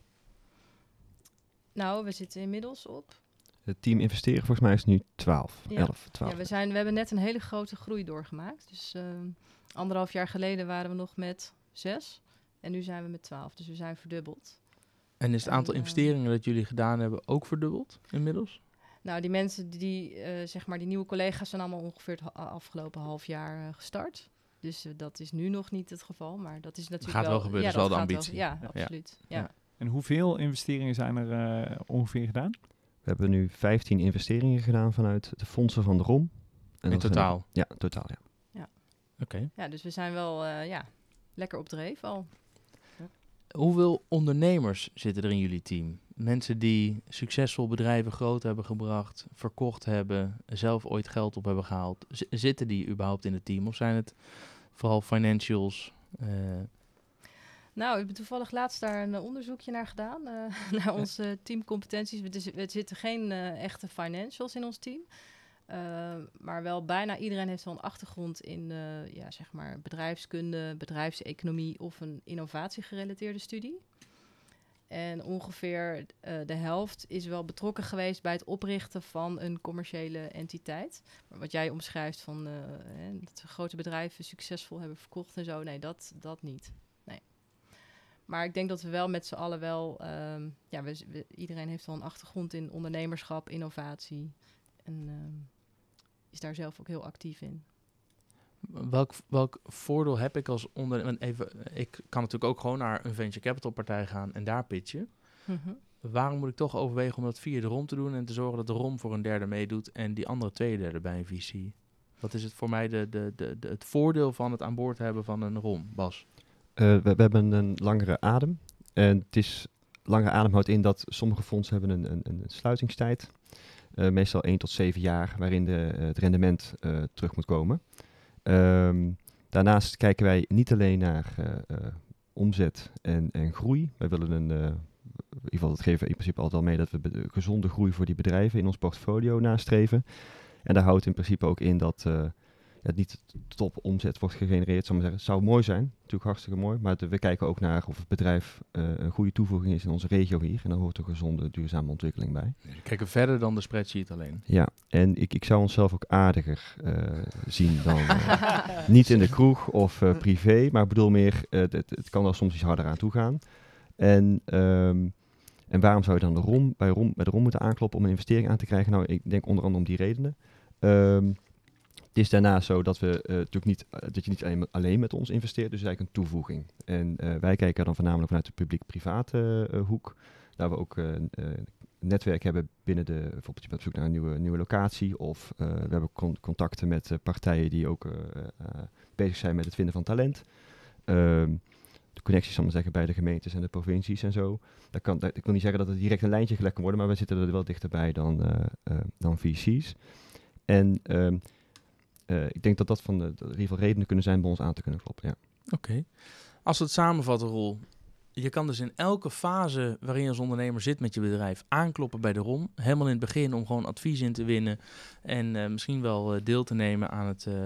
[SPEAKER 3] Nou, we zitten inmiddels op.
[SPEAKER 4] Het team investeren volgens mij is nu twaalf,
[SPEAKER 3] Ja.
[SPEAKER 4] elf, twaalf.
[SPEAKER 3] Ja, we, zijn, we hebben net een hele grote groei doorgemaakt. Dus uh, anderhalf jaar geleden waren we nog met zes. En nu zijn we met twaalf. Dus we zijn verdubbeld.
[SPEAKER 1] En is het
[SPEAKER 3] En,
[SPEAKER 1] aantal
[SPEAKER 3] uh,
[SPEAKER 1] investeringen dat jullie gedaan hebben ook verdubbeld inmiddels?
[SPEAKER 3] Nou, die mensen, die, uh, zeg maar, die nieuwe collega's zijn allemaal ongeveer het ha- afgelopen half jaar uh, gestart. Dus uh, dat is nu nog niet het geval. Maar dat is natuurlijk
[SPEAKER 1] gaat wel gebeuren,
[SPEAKER 3] ja,
[SPEAKER 1] dat is wel
[SPEAKER 3] dat
[SPEAKER 1] de
[SPEAKER 3] gaat
[SPEAKER 1] ambitie.
[SPEAKER 3] ja,
[SPEAKER 1] Ja.
[SPEAKER 3] absoluut. Ja.
[SPEAKER 1] Ja.
[SPEAKER 2] En hoeveel investeringen zijn er uh, ongeveer gedaan?
[SPEAKER 4] We hebben nu vijftien investeringen gedaan vanuit de fondsen van de R O M. En
[SPEAKER 1] In
[SPEAKER 4] dat zijn-
[SPEAKER 1] totaal?
[SPEAKER 4] Ja, totaal, ja.
[SPEAKER 1] Oké. Okay.
[SPEAKER 3] ja, dus we zijn wel uh, ja, lekker op dreef al.
[SPEAKER 1] Hoeveel ondernemers zitten er in jullie team? Mensen die succesvol bedrijven groot hebben gebracht, verkocht hebben, zelf ooit geld op hebben gehaald. Z- zitten die überhaupt in het team? Of zijn het vooral financials? Uh,
[SPEAKER 3] Nou, ik heb toevallig laatst daar een uh, onderzoekje naar gedaan. Uh, naar onze uh, teamcompetenties. We, dus, er zitten geen uh, echte financials in ons team. Uh, maar wel bijna iedereen heeft wel een achtergrond in uh, ja, zeg maar bedrijfskunde, bedrijfseconomie of een innovatiegerelateerde studie. En ongeveer uh, de helft is wel betrokken geweest bij het oprichten van een commerciële entiteit. Maar wat jij omschrijft van uh, hè, dat grote bedrijven succesvol hebben verkocht en zo, nee, dat, dat niet. Nee. Maar ik denk dat we wel met z'n allen wel, um, ja, we, we, iedereen heeft wel een achtergrond in ondernemerschap, innovatie en um, is daar zelf ook heel actief in.
[SPEAKER 1] Welk, welk voordeel heb ik als ondernemer? Even, ik kan natuurlijk ook gewoon naar een venture capital partij gaan en daar pitchen.
[SPEAKER 3] Mm-hmm.
[SPEAKER 1] Waarom moet ik toch overwegen om dat via de R O M te doen en te zorgen dat de R O M voor een derde meedoet en die andere twee derde bij een V C? Wat is het voor mij de, de, de, de, het voordeel van het aan boord hebben van een R O M, Bas?
[SPEAKER 4] Uh, we, we hebben een langere adem. En het is, langere adem houdt in dat sommige fondsen hebben een, een, een sluitingstijd. Uh, meestal één tot zeven jaar, waarin de, uh, het rendement uh, terug moet komen. Um, daarnaast kijken wij niet alleen naar uh, uh, omzet en, en groei. Wij willen een, uh, in ieder geval dat geven we in principe altijd al mee, dat we be- gezonde groei voor die bedrijven in ons portfolio nastreven. En daar houdt in principe ook in dat uh, het niet top omzet wordt gegenereerd. Zou maar zeggen. Het zou mooi zijn, natuurlijk hartstikke mooi. Maar de, we kijken ook naar of het bedrijf uh, een goede toevoeging is in onze regio hier. En dan hoort een gezonde, duurzame ontwikkeling bij.
[SPEAKER 1] We kijken verder dan de spreadsheet alleen.
[SPEAKER 4] Ja, en ik, ik zou onszelf ook aardiger uh, zien dan uh, niet in de kroeg of uh, privé. Maar ik bedoel meer, uh, het, het kan er soms iets harder aan toe gaan. En, um, en waarom zou je dan de R O M, bij, R O M, bij de R O M moeten aankloppen om een investering aan te krijgen? Nou, ik denk onder andere om die redenen. Um, Het is daarnaast zo dat, we, uh, natuurlijk niet, uh, dat je niet alleen, alleen met ons investeert, dus eigenlijk een toevoeging. En uh, wij kijken dan voornamelijk vanuit de publiek-private uh, hoek. Daar we ook uh, uh, een netwerk hebben binnen de, bijvoorbeeld je bent op zoek naar een nieuwe, nieuwe locatie. Of uh, we hebben con- contacten met uh, partijen die ook uh, uh, bezig zijn met het vinden van talent. Um, de connecties, zal ik maar zeggen, bij de gemeentes en de provincies en zo. Dat kan, dat, ik wil niet zeggen dat het direct een lijntje gelegd kan worden, maar we zitten er wel dichterbij dan, uh, uh, dan V C's. En um, Uh, ik denk dat dat van de, de in ieder geval redenen kunnen zijn bij ons aan te kunnen kloppen. Ja.
[SPEAKER 1] Oké. Okay. Als we het samenvatten, Roel. Je kan dus in elke fase waarin je als ondernemer zit met je bedrijf aankloppen bij de R O M. Helemaal in het begin om gewoon advies in te winnen. En uh, misschien wel uh, deel te nemen aan het, uh, uh,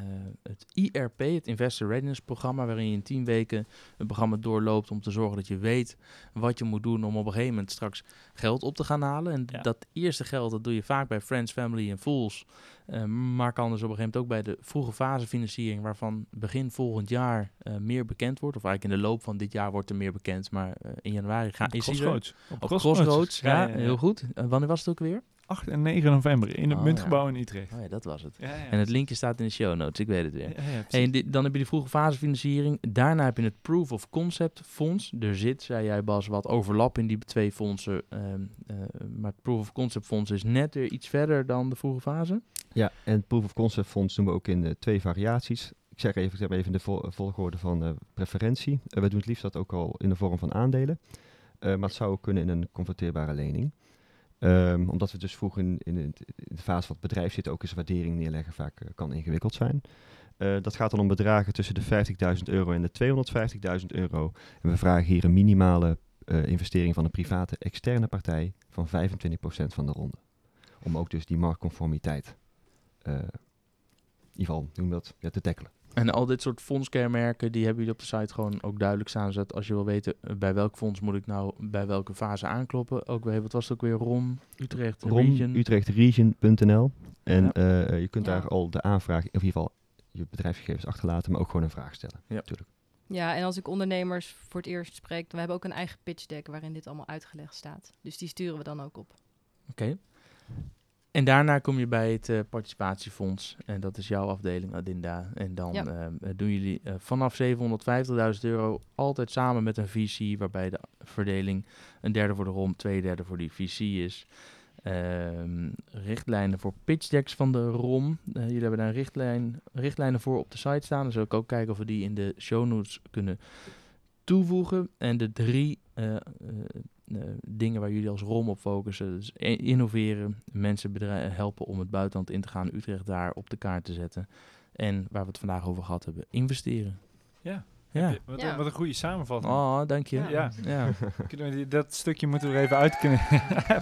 [SPEAKER 1] het I R P, het Investor Readiness Programma. Waarin je in tien weken een programma doorloopt om te zorgen dat je weet wat je moet doen om op een gegeven moment straks geld op te gaan halen. En ja. dat eerste geld, dat doe je vaak bij Friends, Family en Fools. Uh, maar kan dus op een gegeven moment ook bij de vroege fase financiering, waarvan begin volgend jaar uh, meer bekend wordt. Of eigenlijk in de loop van dit jaar wordt er meer bekend, maar uh, in januari gaan is
[SPEAKER 2] Crossroads.
[SPEAKER 1] Op, op Crossroads, ja, ja, ja, ja, heel goed. Uh, wanneer was het ook weer?
[SPEAKER 2] acht en negen november in het
[SPEAKER 1] oh,
[SPEAKER 2] Muntgebouw
[SPEAKER 1] ja.
[SPEAKER 2] in Utrecht.
[SPEAKER 1] Oh ja, dat was het.
[SPEAKER 2] Ja, ja,
[SPEAKER 1] en het linkje staat in de show notes, ik weet het weer.
[SPEAKER 2] Ja, ja,
[SPEAKER 1] en di- dan heb je die vroege fase financiering. Daarna heb je het Proof of Concept fonds. Er zit, zei jij Bas, wat overlap in die twee fondsen. Um, uh, maar het Proof of Concept fonds is net weer iets verder dan de vroege fase.
[SPEAKER 4] Ja, en het Proof of Concept fonds doen we ook in uh, twee variaties. Ik zeg even, ik zeg even in de vol- volgorde van uh, preferentie. Uh, we doen het liefst dat ook al in de vorm van aandelen. Uh, maar het zou ook kunnen in een converteerbare lening. Um, omdat we dus vroeg in, in, in de fase van het bedrijf zitten, ook eens waardering neerleggen vaak uh, kan ingewikkeld zijn. Uh, dat gaat dan om bedragen tussen de vijftigduizend euro en de tweehonderdvijftigduizend euro. En we vragen hier een minimale uh, investering van een private externe partij van vijfentwintig procent van de ronde. Om ook dus die marktconformiteit uh, in ieder geval, hoe noem je dat, ja, te tackelen.
[SPEAKER 1] En al dit soort fondskenmerken, die hebben jullie op de site gewoon ook duidelijk staan. Zodat als je wil weten uh, bij welk fonds moet ik nou bij welke fase aankloppen. Ook weer, wat was het ook weer? ROM, Utrecht, Region.
[SPEAKER 4] rom utrecht region punt n l. En
[SPEAKER 1] Ja.
[SPEAKER 4] uh, je kunt
[SPEAKER 3] Ja.
[SPEAKER 4] daar al de aanvraag, of in ieder geval je bedrijfsgegevens achterlaten, maar ook gewoon een vraag stellen.
[SPEAKER 1] Ja.
[SPEAKER 4] Natuurlijk.
[SPEAKER 3] Ja, en als ik ondernemers voor het eerst spreek, we hebben ook een eigen pitch deck waarin dit allemaal uitgelegd staat. Dus die sturen we dan ook op.
[SPEAKER 1] Oké. Okay. En daarna kom je bij het uh, participatiefonds. En dat is jouw afdeling, Adinda. En dan ja. uh, doen jullie uh, vanaf zevenhonderdvijftigduizend euro altijd samen met een V C, waarbij de verdeling een derde voor de ROM, twee derde voor die V C is. Uh, richtlijnen voor pitch decks van de ROM. Uh, jullie hebben daar een richtlijn, richtlijnen voor op de site staan. Dan zal ik ook kijken of we die in de show notes kunnen toevoegen. En de drie uh, uh, uh, dingen waar jullie als ROM op focussen. Dus innoveren, mensen bedrijven helpen om het buitenland in te gaan, Utrecht daar op de kaart te zetten. En waar we het vandaag over gehad hebben, investeren.
[SPEAKER 2] Ja.
[SPEAKER 1] Ja.
[SPEAKER 2] Wat,
[SPEAKER 3] ja.
[SPEAKER 2] wat een goede samenvatting.
[SPEAKER 1] Oh, dank je.
[SPEAKER 3] Ja.
[SPEAKER 2] Ja.
[SPEAKER 1] Ja.
[SPEAKER 2] Kunnen we die, dat stukje moeten we er even uitknippen.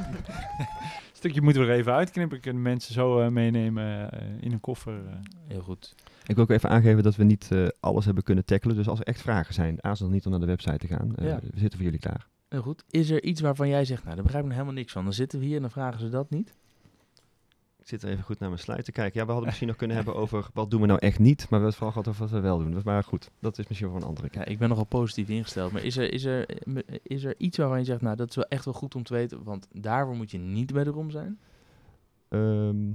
[SPEAKER 2] stukje moeten we er even uitknippen. Kunnen mensen zo uh, meenemen uh, in een koffer. Uh.
[SPEAKER 1] Heel goed.
[SPEAKER 4] Ik wil ook even aangeven dat we niet uh, alles hebben kunnen tackelen. Dus als er echt vragen zijn, aarzel niet om naar de website te gaan. Uh,
[SPEAKER 1] Ja.
[SPEAKER 4] We zitten voor jullie klaar.
[SPEAKER 1] Heel goed. Is er iets waarvan jij zegt, nou, daar begrijp ik nog helemaal niks van. Dan zitten we hier en dan vragen ze dat niet.
[SPEAKER 4] Ik zit er even goed naar mijn slide te kijken. Ja, we hadden misschien nog kunnen hebben over wat doen we nou echt niet. Maar we hebben het vooral gehad over wat we wel doen. Maar goed, dat is misschien voor een andere keer.
[SPEAKER 1] Ja, ik ben nogal positief ingesteld. Maar is er, is, er, is er iets waarvan je zegt, nou, dat is wel echt wel goed om te weten. Want daarvoor moet je niet bij de ROM zijn.
[SPEAKER 4] Um,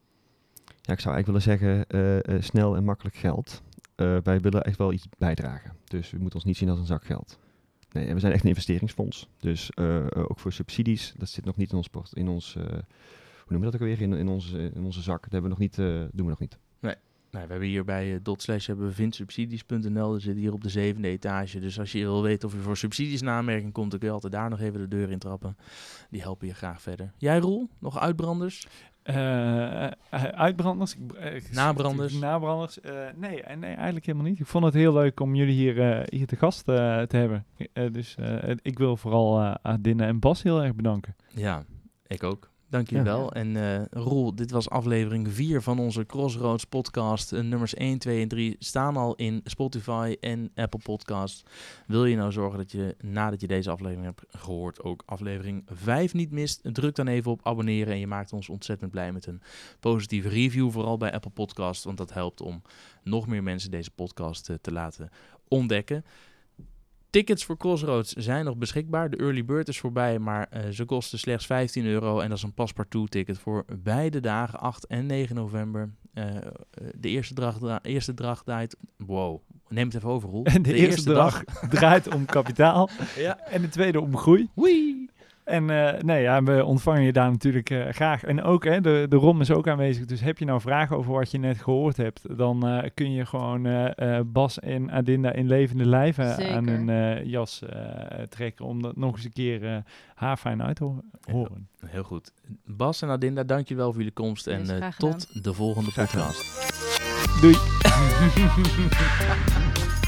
[SPEAKER 4] ja, ik zou eigenlijk willen zeggen, uh, uh, snel en makkelijk geld. Uh, wij willen echt wel iets bijdragen. Dus we moeten ons niet zien als een zak geld. Nee, en we zijn echt een investeringsfonds. Dus uh, uh, ook voor subsidies, dat zit nog niet in ons, port, in ons uh, hoe noemen we dat ook weer, in, in, onze, in onze zak. Dat hebben we nog niet, uh, doen we nog niet.
[SPEAKER 1] Nee. Nou, we hebben hier bij uh, dot slash hebben we vindsubsidies punt n l. We zitten hier op de zevende etage. Dus als je wil weten of je voor subsidies in aanmerking komt, dan kun je altijd daar nog even de deur in trappen. Die helpen je graag verder. Jij, Roel? Nog uitbranders?
[SPEAKER 2] Uh, uitbranders? Uh,
[SPEAKER 1] Nabranders?
[SPEAKER 2] Nabranders? Uh, nee, nee, eigenlijk helemaal niet. Ik vond het heel leuk om jullie hier, uh, hier te gast uh, te hebben. Uh, dus uh, ik wil vooral uh, Adinda en Bas heel erg bedanken.
[SPEAKER 1] Ja, ik ook. Dank jullie wel.
[SPEAKER 3] Ja.
[SPEAKER 1] En uh, Roel, dit was aflevering vier van onze Crossroads podcast. Uh, nummers één, twee en drie staan al in Spotify en Apple Podcasts. Wil je nou zorgen dat je, nadat je deze aflevering hebt gehoord, ook aflevering vijf niet mist? Druk dan even op abonneren en je maakt ons ontzettend blij met een positieve review. Vooral bij Apple Podcasts, want dat helpt om nog meer mensen deze podcast uh, te laten ontdekken. Tickets voor Crossroads zijn nog beschikbaar. De early bird is voorbij, maar uh, ze kosten slechts vijftien euro. En dat is een paspartout ticket voor beide dagen, acht en negen november. Uh, de eerste dracht, dra- eerste dracht draait... Wow, neem het even over, Roel.
[SPEAKER 2] En de,
[SPEAKER 1] de
[SPEAKER 2] eerste,
[SPEAKER 1] eerste
[SPEAKER 2] dag, dag draait om kapitaal.
[SPEAKER 1] Ja.
[SPEAKER 2] En de tweede om groei.
[SPEAKER 1] Wee!
[SPEAKER 2] En uh, nee, ja, we ontvangen je daar natuurlijk uh, graag. En ook, hè, de, de ROM is ook aanwezig. Dus heb je nou vragen over wat je net gehoord hebt, dan uh, kun je gewoon uh, uh, Bas en Adinda in levende lijven
[SPEAKER 3] Zeker.
[SPEAKER 2] aan hun uh, jas uh, trekken. Om dat nog eens een keer uh, haarfijn uit te ho- horen.
[SPEAKER 1] Heel, heel goed. Bas en Adinda, dank je wel voor jullie komst.
[SPEAKER 3] Yes,
[SPEAKER 1] en uh,
[SPEAKER 3] graag
[SPEAKER 1] tot
[SPEAKER 3] gedaan.
[SPEAKER 1] de volgende
[SPEAKER 4] Graag gedaan.
[SPEAKER 1] podcast.
[SPEAKER 2] Doei!